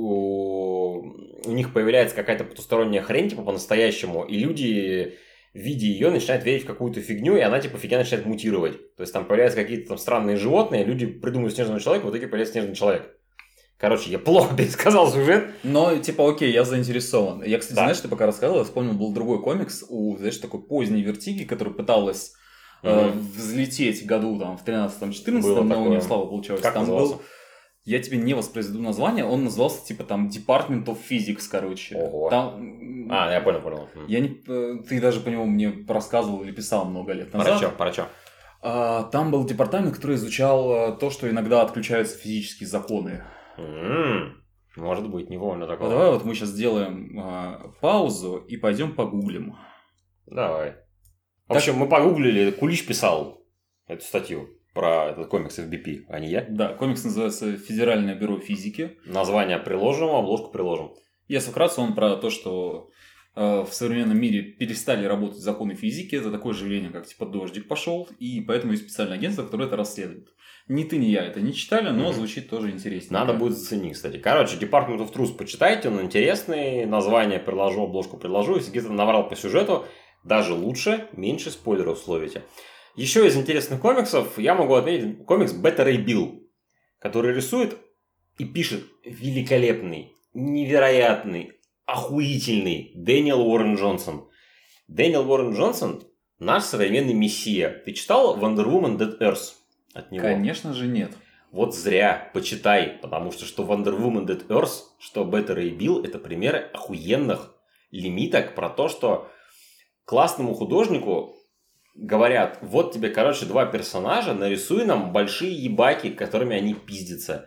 у, у них появляется какая-то потусторонняя хрень, типа по-настоящему, и люди, видя ее, начинают верить в какую-то фигню, и она типа фигня начинает мутировать. То есть там появляются какие-то там странные животные, люди придумывают снежного человека, в итоге появляется снежный человек. Короче, я плохо пересказал сюжет. Но, типа, окей, я заинтересован. Я, кстати, Да. знаешь, ты пока рассказывал, я вспомнил, был другой комикс у, знаешь, такой поздней Вертиги, которая пыталась э, Мгм. взлететь году там в Было тринадцатом-четырнадцатом, но у такое. нее слава получалась. Как Там назывался? был, я тебе не воспроизведу название, он назывался, типа, там, Department of Physics, короче. Ого. Там, А, я понял, понял. М. я не, э, ты даже по нему мне рассказывал или писал много лет назад. Про чё, про чё? А, там был департамент, который изучал э, то, что иногда отключаются физические законы. М, Может быть, не помню Вот такого. давай вот мы сейчас сделаем э, паузу и пойдем погуглим. Давай. В общем, мы погуглили, Кулич писал эту статью про этот комикс эф би пи, а не я. Да, комикс называется «Федеральное бюро физики». Название приложим, обложку приложим. Если вкратце, он про то, что э, в современном мире перестали работать законы физики. Это такое же явление, как типа дождик пошел, и поэтому есть специальное агентство, которое это расследует. Ни ты, ни я это не читали, но Мгм. звучит тоже интереснее. Надо будет заценить, кстати. Короче, Department of Truth почитайте, он интересный. Название приложу, обложку приложу. Если где-то наврал по сюжету, даже лучше, меньше спойлеров словите. Еще из интересных комиксов я могу отметить комикс Better Ray Bill, который рисует и пишет великолепный, невероятный, охуительный Дэниел Уоррен Джонсон. Дэниел Уоррен Джонсон – наш современный мессия. Ты читал Wonder Woman Dead Earth от него? Конечно же нет. Вот зря, почитай, потому что что Wonder Woman Dead Earth, что Better Ray Bill – это примеры охуенных лимиток про то, что классному художнику говорят, вот тебе, короче, два персонажа, нарисуй нам большие ебаки, которыми они пиздятся.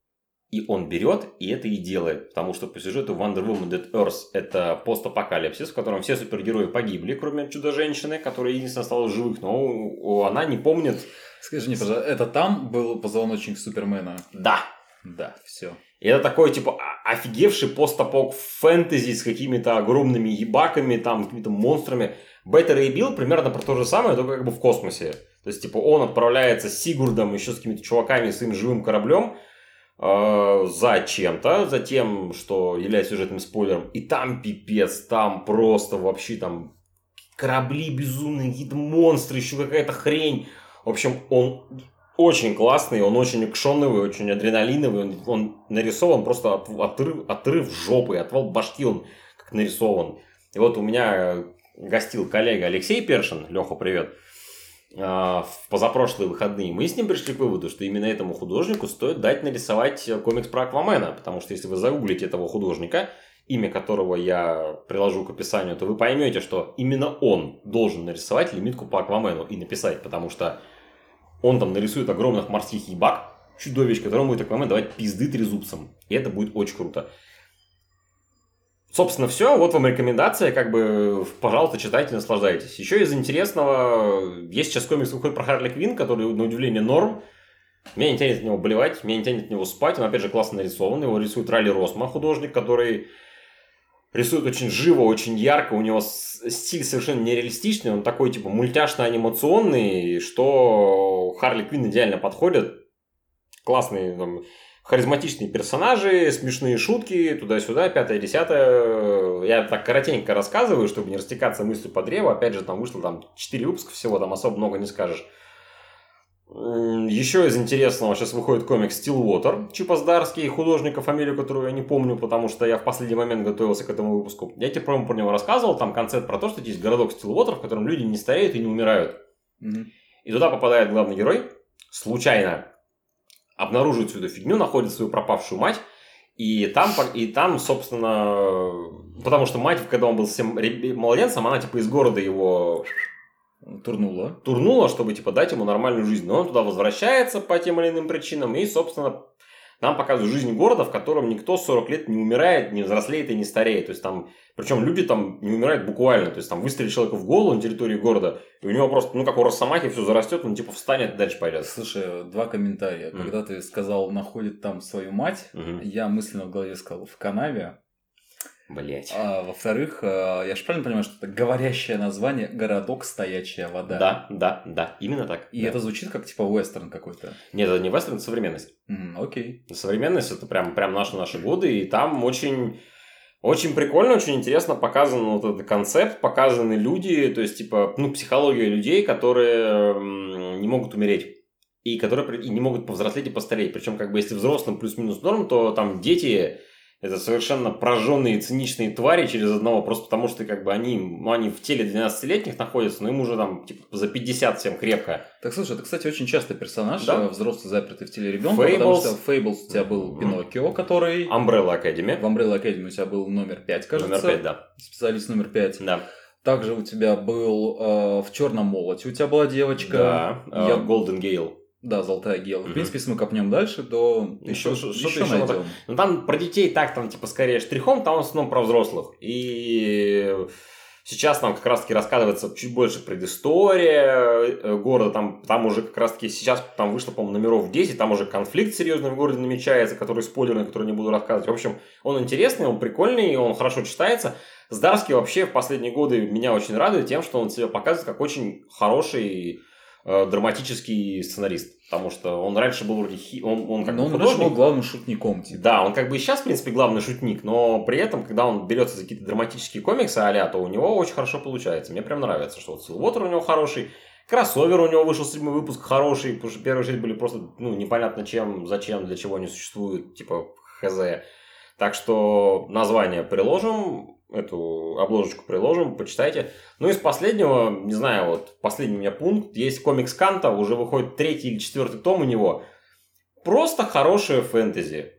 И он берет и это и делает, потому что по сюжету Wonder Woman Dead Earth это постапокалипсис, в котором все супергерои погибли, кроме Чудо-женщины, которая единственная осталась в живых, но она не помнит. Скажи мне, пожалуйста, это там был позвоночник Супермена? Да. Да, все. И это такой, типа, офигевший постапок фэнтези с какими-то огромными ебаками, там, какими-то монстрами. Better Ray Bill примерно про то же самое, только как бы в космосе. То есть, типа, он отправляется с Сигурдом, еще с какими-то чуваками, своим живым кораблем, э, за чем-то, за тем, что является сюжетным спойлером. И там пипец, там просто вообще там корабли безумные, какие-то монстры, еще какая-то хрень. В общем, он очень классный, он очень экшоновый, очень адреналиновый. Он, он нарисован просто от, отрыв, отрыв жопы, отвал башки он как нарисован. И вот у меня гостил коллега Алексей Першин, Леха, привет, в позапрошлые выходные. Мы с ним пришли к выводу, что именно этому художнику стоит дать нарисовать комикс про Аквамена. Потому что если вы загуглите этого художника, имя которого я приложу к описанию, то вы поймете, что именно он должен нарисовать лимитку по Аквамену и написать. Потому что он там нарисует огромных морских ебак, чудовищ, которым будет Аквамен давать пизды трезубцам. И это будет очень круто. Собственно, все. Вот вам рекомендация. Как бы, пожалуйста, читайте, наслаждайтесь. Еще из интересного, есть сейчас комикс выходит про Харли Квинн, который, на удивление, норм. Меня не тянет от него болевать, меня не тянет от него спать. Он, опять же, классно нарисован. Его рисует Райли Росма, художник, который рисует очень живо, очень ярко. У него стиль совершенно нереалистичный. Он такой, типа, мультяшно-анимационный, что Харли Квинн идеально подходит. Классные, там, харизматичные персонажи, смешные шутки, туда-сюда, пятое-десятое. Я так коротенько рассказываю, чтобы не растекаться мыслью по древу. Опять же, там вышло там четыре выпуска всего, там особо много не скажешь. Еще из интересного сейчас выходит комикс Stillwater Чипа Здарски, художника, фамилию которую я не помню, потому что я в последний момент готовился к этому выпуску. Я тебе, по-моему, про него рассказывал. Там концепт про то, что есть городок Stillwater, в котором люди не стареют и не умирают. Mm-hmm. И туда попадает главный герой, случайно обнаруживает всю эту фигню, находит свою пропавшую мать. И там, и там, собственно, потому что мать, когда он был совсем младенцем, она типа из города его... Турнула. Турнула, чтобы, типа, дать ему нормальную жизнь. Но он туда возвращается по тем или иным причинам. И, собственно, нам показывают жизнь города, в котором никто сорок лет не умирает, не взрослеет и не стареет. То есть, там... Причем люди там не умирают буквально. То есть, там выстрелит человека в голову на территории города, и у него просто, ну, как у Росомахи, все зарастет, он, типа, встанет и дальше пойдет. Слушай, два комментария. Mm. Когда ты сказал, находит там свою мать, mm-hmm. я мысленно в голове сказал, в канаве. Блять. А, во-вторых, я же правильно понимаю, что это говорящее название «Городок, стоячая вода». Да, да, да, именно так. И да. это звучит как типа вестерн какой-то. Нет, это не вестерн, это современность. Mm, окей. Современность это прям, прям наши, наши годы, и там очень, очень прикольно, очень интересно показан вот этот концепт, показаны люди, то есть типа, ну, психология людей, которые не могут умереть. И которые и не могут повзрослеть и постареть. Причем, как бы, если взрослым плюс-минус норм, то там дети... Это совершенно прожженные циничные твари через одного, просто потому что как бы они, ну, они в теле двенадцатилетних находятся, но им уже там типа за пятьдесят всем крепко. Так слушай, это, кстати, очень частый персонаж, да? Взрослый запертый в теле ребенка, Fables. Потому что в Fables у тебя был Пиноккио, который... Umbrella Academy. В Umbrella Academy у тебя был номер пять, кажется. Номер пять, да. Специалист номер пять. Да. Также у тебя был э, в Черном молоте у тебя была девочка. Да, Я... Golden Gale. Да, Золотая Гела. Mm-hmm. В принципе, если мы копнем дальше, то еще, что, еще, еще найдем. Надо... Ну, там про детей так, там, типа, скорее штрихом, там в основном про взрослых. И сейчас там как раз-таки рассказывается чуть больше предыстория города. Там, там уже как раз-таки сейчас там вышло, по-моему, номеров десять. Там уже конфликт серьезный в городе намечается, который спойлерный, который не буду рассказывать. В общем, он интересный, он прикольный, он хорошо читается. Здарский вообще в последние годы меня очень радует тем, что он себя показывает как очень хороший... драматический сценарист, потому что он раньше был вроде хи... он, он как но бы он художник. был главным шутником. Типа. Да, он как бы и сейчас, в принципе, главный шутник, но при этом, когда он берется за какие-то драматические комиксы а-ля, то у него очень хорошо получается. Мне прям нравится, что вот Stillwater у него хороший, Кроссовер у него вышел седьмой выпуск хороший, потому что первые шесть были просто, ну, непонятно чем, зачем, для чего они существуют, типа, хз. Так что название приложим, эту обложечку приложим, почитайте. Ну, из последнего, не знаю, вот последний у меня пункт, есть комикс Канта, уже выходит третий или четвертый том у него. Просто хорошее фэнтези.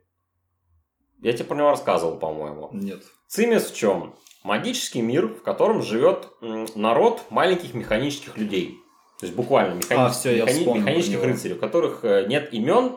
Я тебе про него рассказывал, по-моему. Нет. Цимис в чем? Магический мир, в котором живет народ маленьких механических людей. То есть буквально механи... а, все, механи... механических рыцарей, у которых нет имен,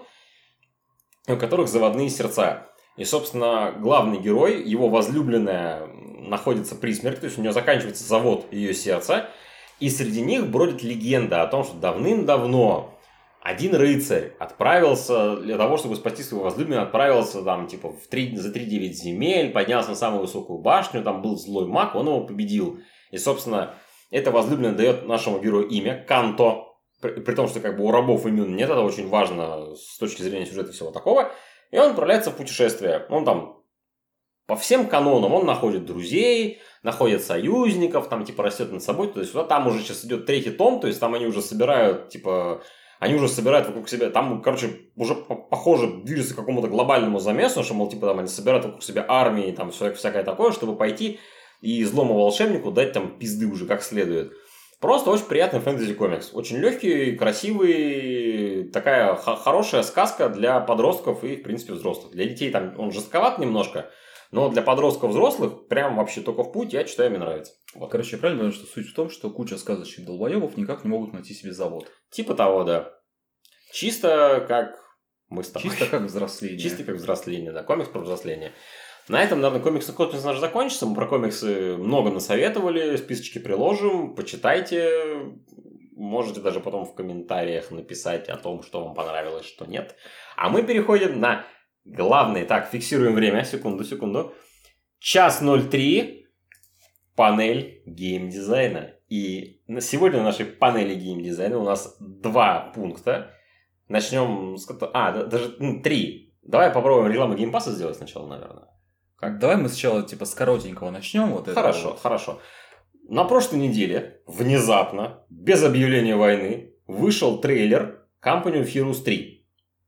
у которых заводные сердца. И, собственно, главный герой, его возлюбленная, находится при смерти, то есть у нее заканчивается завод ее сердца, и среди них бродит легенда о том, что давным-давно один рыцарь отправился для того, чтобы спасти своего возлюбленного, отправился там, типа, в три, за три девять земель, поднялся на самую высокую башню, там был злой маг, он его победил. И, собственно, эта возлюбленная дает нашему герою имя Канто, при, при том, что как бы у рабов имен нет, это очень важно с точки зрения сюжета и всего такого. И он отправляется в путешествие. Он там по всем канонам, он находит друзей, находит союзников, там типа растет над собой. То есть там уже сейчас идет третий том, то есть там они уже собирают, типа, они уже собирают вокруг себя, там, короче, уже похоже движется к какому-то глобальному замесу, что, мол, типа там они собирают вокруг себя армии, там всякое такое, чтобы пойти и злому волшебнику дать там пизды уже как следует. Просто очень приятный фэнтези-комикс. Очень легкий, красивый, такая х- хорошая сказка для подростков и, в принципе, взрослых. Для детей там он жестковат немножко, но для подростков взрослых прям вообще только в путь, я читаю, мне нравится. Вот. Короче, я правильно понимаю, что суть в том, что куча сказочных долбоебов никак не могут найти себе завод. Типа того, да. Чисто как мы с тобой. Чисто как взросление. Чисто как взросление, да. Комикс про взросление. На этом, наверное, комиксы Котмис наш закончится. Мы про комиксы много насоветовали, списочки приложим, почитайте. Можете даже потом в комментариях написать о том, что вам понравилось, что нет. А мы переходим на главный. Так, фиксируем время. Секунду, секунду. Час ноль три. Панель геймдизайна. И сегодня на нашей панели геймдизайна у нас два пункта. Начнем с... А, даже ну, три. Давай попробуем рекламу геймпасса сделать сначала, наверное. Как? Давай мы сначала типа с коротенького начнем. Вот хорошо, вот. хорошо. На прошлой неделе внезапно, без объявления войны, вышел трейлер Company of Heroes три.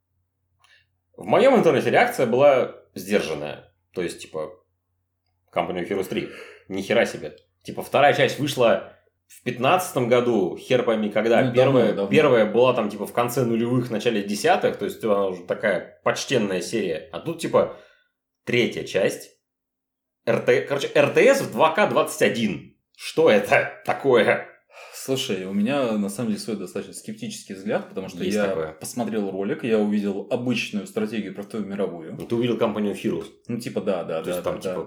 В моем интернете реакция была сдержанная. То есть, типа, Company of Heroes три. Нихера себе. Типа, вторая часть вышла в пятнадцатом году, хер пойми когда. Ну, первая, давно, давно. первая была там, типа, в конце нулевых, в начале десятых. То есть, она уже такая почтенная серия. А тут, типа, третья часть. РТ... Короче, эр тэ эс в два ка двадцать один. Что это такое? Слушай, у меня на самом деле свой достаточно скептический взгляд, потому что Есть я такое. посмотрел ролик, я увидел обычную стратегию про Вторую мировую. Ну, ты увидел Company of Heroes. Ну, типа, да, да, То да. есть, там, да, типа... да.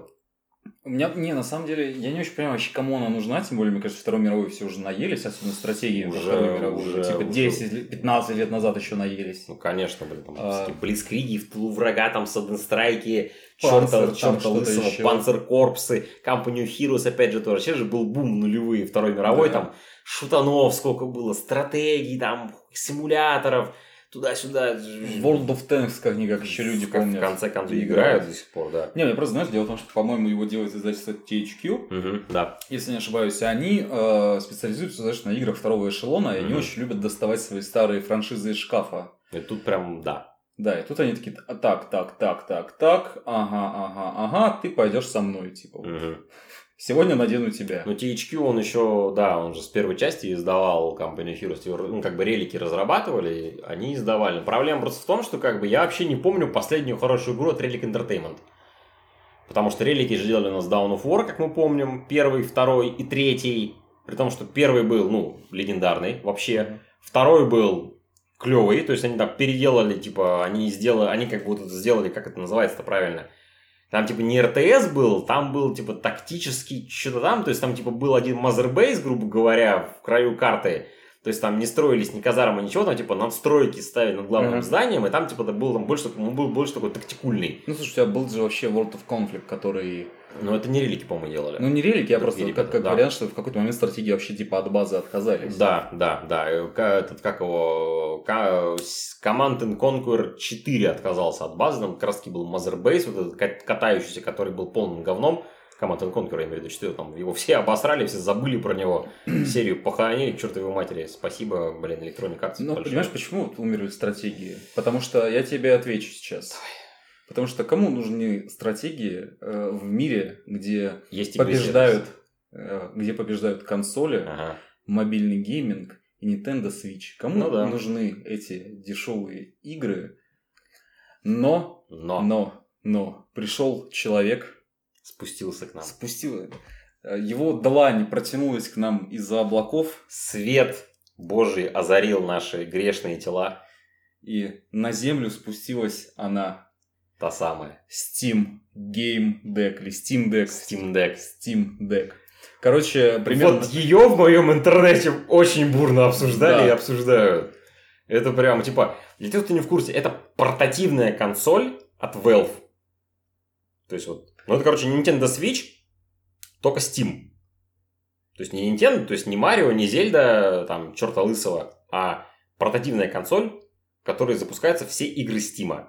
У меня, не, на самом деле, я не очень понимаю вообще, кому она нужна, тем более, мне кажется, Второй мировой все уже наелись, особенно стратегии уже, Второй мировой. Уже, типа десять-пятнадцать лет назад еще наелись. Ну, конечно, блин, там а... блицкриги в тылу врага, там Саденстрайки, черта, черта лысого, панцеркорпсы, Company of Heroes, опять же, тоже. Вообще же был бум нулевые Второй мировой, да. Там шутанов сколько было, стратегий, там, симуляторов, туда-сюда. World of Tanks, как-никак, еще люди как помнят. В конце концов играют до сих пор, да. Не, я просто, знаешь, дело в том, что, по-моему, его делает издательство ти эйч кью. Угу, да. Если не ошибаюсь, они э, специализируются, знаешь, на играх второго эшелона, и угу. они очень любят доставать свои старые франшизы из шкафа. И тут прям, да. Да, и тут они такие, так, так, так, так, так, ага, ага, ага, ты пойдешь со мной, типа. Угу. Сегодня надену тебя. Ну, ти эйч кью, он еще, да, он же с первой части издавал Company of Heroes. Ну, как бы релики разрабатывали, они издавали. Но проблема просто в том, что как бы я вообще не помню последнюю хорошую игру от Relic Entertainment. Потому что релики же делали у нас Dawn of War, как мы помним. Первый, второй и третий. При том, что первый был, ну, легендарный вообще. Второй был клевый. То есть они там переделали, типа, они сделали, они как бы вот это сделали, как это называется-то правильно. Там, типа, не эр тэ эс был, там был, типа, тактический что-то там. То есть, там, типа, был один Mother Base, грубо говоря, в краю карты. То есть, там не строились ни казармы, ничего. Там, типа, надстройки ставили над главным uh-huh. зданием. И там, типа, был там больше, он был больше такой тактикульный. Ну, слушай, у тебя был же вообще World of Conflict, который... Ну, это не релики, по-моему, делали. Ну, не релики, а просто ребята, как, как да. вариант, что в какой-то момент стратегии вообще, типа, от базы отказались. Да, да, да. Этот, как его... Command and Conquer четыре отказался от базы. Там как раз таки был Mother Base, вот этот катающийся, который был полным говном. Command and Conquer, я имею в виду четыре. Там его все обосрали, все забыли про него. Серию похоронили к чертовой матери. Спасибо, блин, Electronic Arts. Ну, понимаешь, почему умерли стратегии? Потому что я тебе отвечу сейчас. Давай. Потому что кому нужны стратегии э, в мире, где Есть побеждают, э, где побеждают консоли, ага. мобильный гейминг и Nintendo Switch? Кому ну, да. нужны эти дешевые игры? Но, но, но, но пришел человек, спустился к нам, спустил, его длань протянулась к нам из-за облаков, свет Божий озарил наши грешные тела, и на землю спустилась она. Та самая. Steam Game Deck или Steam Deck. Steam Deck. Steam Deck. Короче, примерно... Вот ее в моем интернете очень бурно обсуждали да. и обсуждают. Это прям, типа, для тех, кто не в курсе, это портативная консоль от Valve. То есть, вот, ну это, короче, не Nintendo Switch, только Steam. То есть, не Nintendo, то есть, не Марио, не Зельда, там, черта лысого, а портативная консоль, в которой запускаются все игры Steam.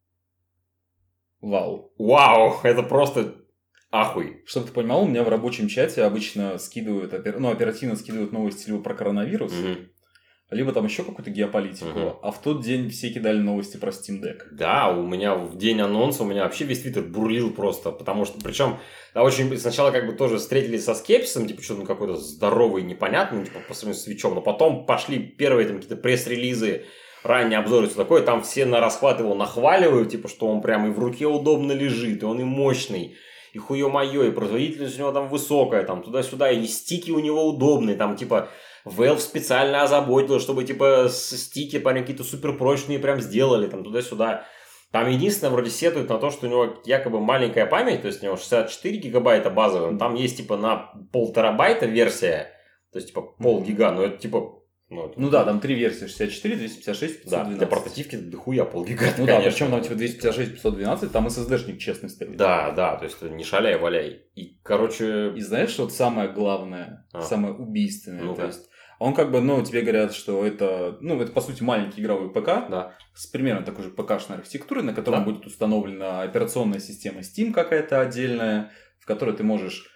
Вау. Вау, это просто ахуй. Чтобы ты понимал, у меня в рабочем чате обычно скидывают, ну, оперативно скидывают новости либо про коронавирус, угу. либо там еще какую-то геополитику. Угу. А в тот день все кидали новости про Steam Deck. Да, у меня в день анонса, у меня вообще весь твиттер бурлил просто, потому что, причем, да, очень сначала как бы тоже встретились со скепсисом, типа, что-то ну, какой-то здоровый, непонятный, типа, по сравнению с Свитчом, но потом пошли первые там какие-то пресс-релизы, ранний обзор и все такое, там все на расхват его нахваливают, типа, что он прям и в руке удобно лежит, и он и мощный, и хуё-моё, и производительность у него там высокая, там туда-сюда, и стики у него удобные, там, типа, Valve специально озаботилась, чтобы, типа, стики прям какие-то суперпрочные прям сделали, там, туда-сюда. Там единственное, вроде сетует на то, что у него якобы маленькая память, то есть у него шестьдесят четыре гигабайта базовая, там есть, типа, на полтерабайта версия, то есть, типа, полгига, но это, типа, Ну, ну да, там три версии, шестьдесят четыре, двести пятьдесят шесть, пятьсот двенадцать. Да, для портативки дохуя полгига. Ну да, причем там типа двести пятьдесят шесть, пятьсот двенадцать, там эс эс ди-шник честный стоит. Да, да, то есть не шаляй-валяй. И, короче... И знаешь, что вот самое главное, а. самое убийственное, ну, то есть он как бы, ну, тебе говорят, что это, ну, это по сути маленький игровой ПК, да. с примерно такой же ПК-шной архитектурой, на котором да. будет установлена операционная система Steam какая-то отдельная, в которой ты можешь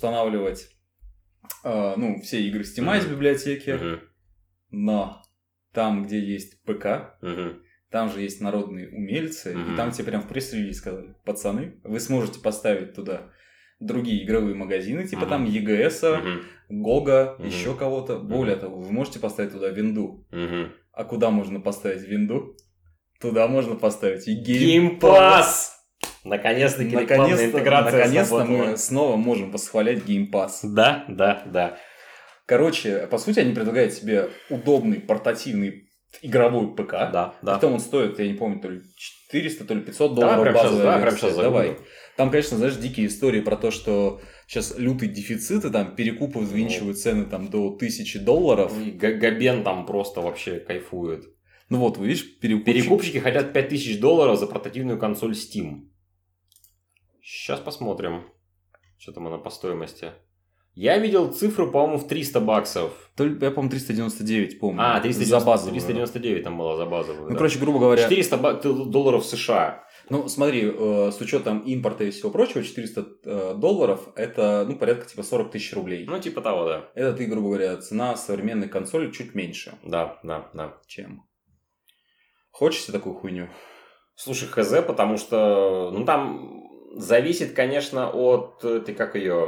устанавливать, э, ну, все игры Steam mm-hmm. из библиотеки. Mm-hmm. Но там, где есть ПК, Угу. там же есть народные умельцы, Мгм. и там тебе прям в пресс-релизе сказали: пацаны, вы сможете поставить туда другие игровые магазины, типа Мгм. там ЕГСа, Угу. Гога, Мгм. еще кого-то. Более того, вы можете поставить туда винду. Угу. А куда можно поставить винду? Туда можно поставить и Game Game Pass! Наконец-таки рекламная Наконец-то, интеграция наконец-то сработала. мы снова можем восхвалять Game Pass. Да, да, да. Короче, по сути, они предлагают себе удобный портативный игровой ПК. Да, да. Потом он стоит, я не помню, то ли четыреста, то ли пятьсот Давай долларов прямо щас, базовая давай прямо версия. щас Давай. загуглим. Там, конечно, знаешь, дикие истории про то, что сейчас лютый дефицит, и там перекупы взвинчивают цены там до тысячи долларов. И Г- Габен там просто вообще кайфует. Ну вот, видишь, перекупщики... Перекупщики хотят пять тысяч долларов за портативную консоль Steam. Сейчас посмотрим, что там она по стоимости. Я видел цифру, по-моему, в триста баксов. То ли, я, по-моему, триста девяносто девять, помню. А, триста За девяносто, базовую. триста девяносто девять там была за базовую. Ну, да. короче, грубо говоря... четыреста ба- долларов США. Ну, смотри, э, с учетом импорта и всего прочего, четыреста э, долларов это, ну, порядка типа сорок тысяч рублей. Ну, типа того, да. Это, ты, грубо говоря, цена современной консоли чуть меньше, Да, да, да. чем... Хочешь себе такую хуйню? Слушай, хз, потому что, ну, там зависит, конечно, от, ты как ее,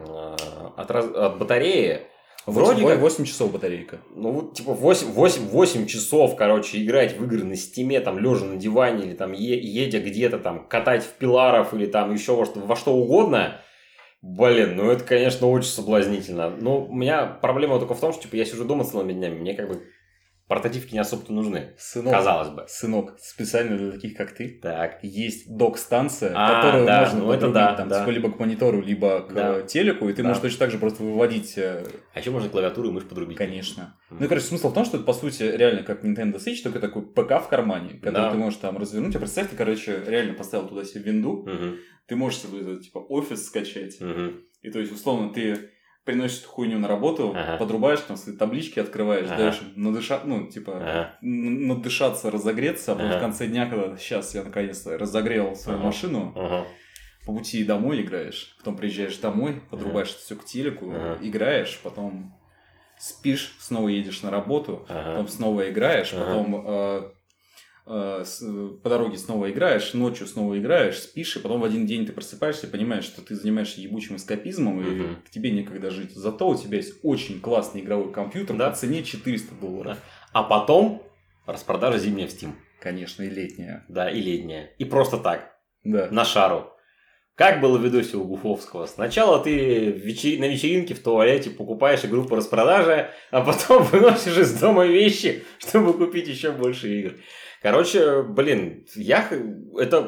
от, раз- от батареи. Вроде восемь, как, восемь часов батарейка. ну, вот, типа, восемь, восемь, восемь часов, короче, играть в игры на стиме, там, лежа на диване, или там, е- едя где-то, там, катать в пиларов, или там, еще во что, во что угодно. Блин, ну, это, конечно, очень соблазнительно. Но у меня проблема только в том, что, типа, я сижу дома целыми днями, мне, как бы, портативки не особо-то нужны. Сынок, Казалось бы. сынок, специально для таких, как ты, Так. есть док-станция, А, которую да, можно ну это подрубить да, там, да. типа, либо к монитору, либо к Да. э, телеку, и ты Да. можешь точно так же просто выводить, э, А еще можно клавиатуру и мышь подрубить. конечно. Мгм. Ну, и, короче, смысл в том, что это, по сути, реально как Nintendo Switch, только такой ПК в кармане, который Да. ты можешь там развернуть. А представь, ты, короче, реально поставил туда себе винду, Мгм. ты можешь себе, типа, офис скачать. Мгм. И, то есть, условно, ты приносишь эту хуйню на работу, Ага. подрубаешь, там, свои таблички открываешь, Ага. даешь им надышать, ну, типа, Ага. н- надышаться, разогреться, а потом Ага. в конце дня, когда сейчас я наконец-то разогрел свою Ага. машину, Ага. по пути домой играешь, потом приезжаешь домой, подрубаешь это все к телеку, Ага. играешь, потом спишь, снова едешь на работу, Ага. потом снова играешь, Ага. потом э, э, с- по дороге снова играешь, ночью снова играешь, спишь, и потом в один день ты просыпаешься и понимаешь, что ты занимаешься ебучим эскапизмом, и Мгм. к тебе некогда жить. Зато у тебя есть очень классный игровой компьютер Да. по цене четыреста долларов. А потом распродажа зимняя в Steam. Конечно, и летняя. Да, и летняя. И просто так, Да. на шару. Как было в видосе у Гуфовского. Сначала ты в вечер- на вечеринке в туалете покупаешь игру по распродаже, а потом выносишь из дома вещи, чтобы купить еще больше игр. Короче, блин, я... х- Это...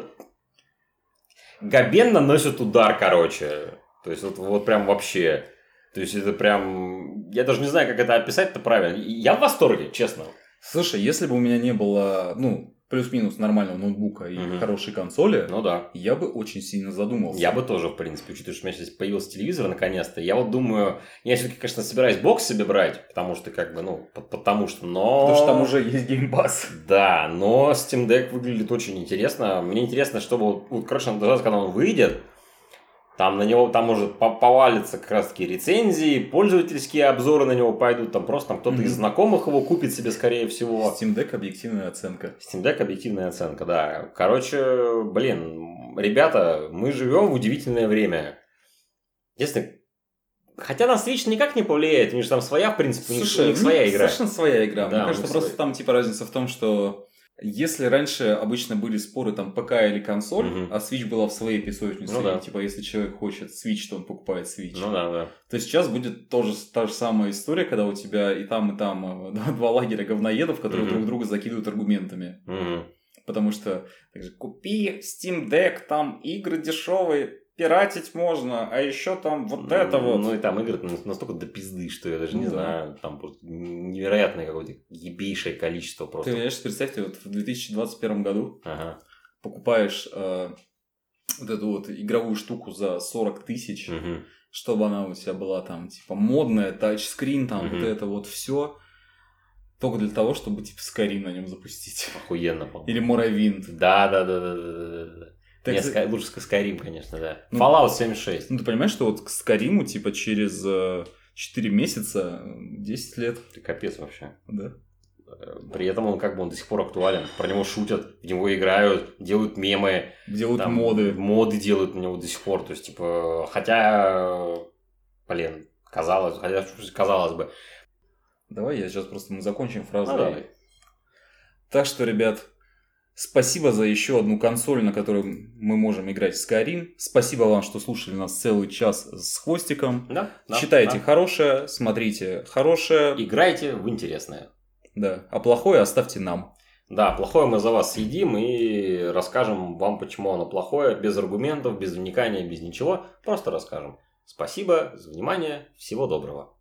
Габен наносит удар, короче. То есть, вот, вот прям вообще. То есть, это прям... Я даже не знаю, как это описать-то правильно. Я в восторге, честно. Слушай, если бы у меня не было, ну, плюс-минус нормального ноутбука и Мгм. хорошей консоли, Ну да. я бы очень сильно задумался. Я бы тоже, в принципе, учитывая, что у меня сейчас появился телевизор наконец-то, я вот думаю, я все-таки, конечно, собираюсь бокс себе брать, потому что, как бы, ну, по- потому что, но... Потому что там уже есть Game Pass. Да, но Steam Deck выглядит очень интересно. Мне интересно, чтобы, вот, вот, короче, надо дождаться, когда он выйдет, там на него, там может по- повалиться как раз-таки рецензии, пользовательские обзоры на него пойдут, там просто там кто-то Мгм. из знакомых его купит себе, скорее всего. Steam Deck объективная оценка. Steam Deck объективная оценка, да. Короче, блин, ребята, мы живем в удивительное время. Если... Хотя на Switch никак не повлияет, у них же там своя, в принципе, у них, у них своя ну, игра. Совершенно своя игра. Да, Мне у кажется, них просто своя. там типа разница в том, что если раньше обычно были споры там ПК или консоль, Мгм. а Switch была в своей песочнице, Ну и, да. типа если человек хочет Switch, то он покупает Switch. Ну да, да. То сейчас будет тоже та же самая история, когда у тебя и там, и там э, два- два лагеря говноедов, которые Мгм. друг друга закидывают аргументами. Мгм. Потому что также купи Steam Deck, там игры дешевые, пиратить можно, а еще там вот это вот. Ну и там игры настолько до пизды, что я даже Ну не да. знаю. Там просто невероятное какое-то ебейшее количество Ты, просто. конечно, представьте, вот в две тысячи двадцать первом году Ага. покупаешь э, вот эту вот игровую штуку за сорок тысяч, Мгм. чтобы она у тебя была там, типа, модная, тачскрин, там, Мгм. вот это вот все. Только для того, чтобы, типа, Skyrim на нем запустить. Охуенно, по-моему. Или Morrowind. Да, да, да, да, да, да, да. Так Не, ты- Sky- лучше Skyrim, конечно, да. Ну, Fallout семьдесят шесть. Ну, ты понимаешь, что вот к Skyrim, типа, через э, четыре месяца, э, десять лет, Ты капец вообще. да? При этом он как бы он до сих пор актуален. Про него шутят, в него играют, делают мемы. Делают там, моды. Моды делают на него до сих пор. То есть, типа, хотя, блин, казалось, хотя, казалось бы. Давай я сейчас просто мы закончим фразу. Ну, давай. Так что, ребят, спасибо за еще одну консоль, на которой мы можем играть в Skyrim. Спасибо вам, что слушали нас целый час с хвостиком. Да, да, Читайте да. хорошее, смотрите хорошее. Играйте в интересное. Да, а плохое оставьте нам. Да, плохое мы за вас съедим и расскажем вам, почему оно плохое, без аргументов, без вникания, без ничего. Просто расскажем. Спасибо за внимание. Всего доброго.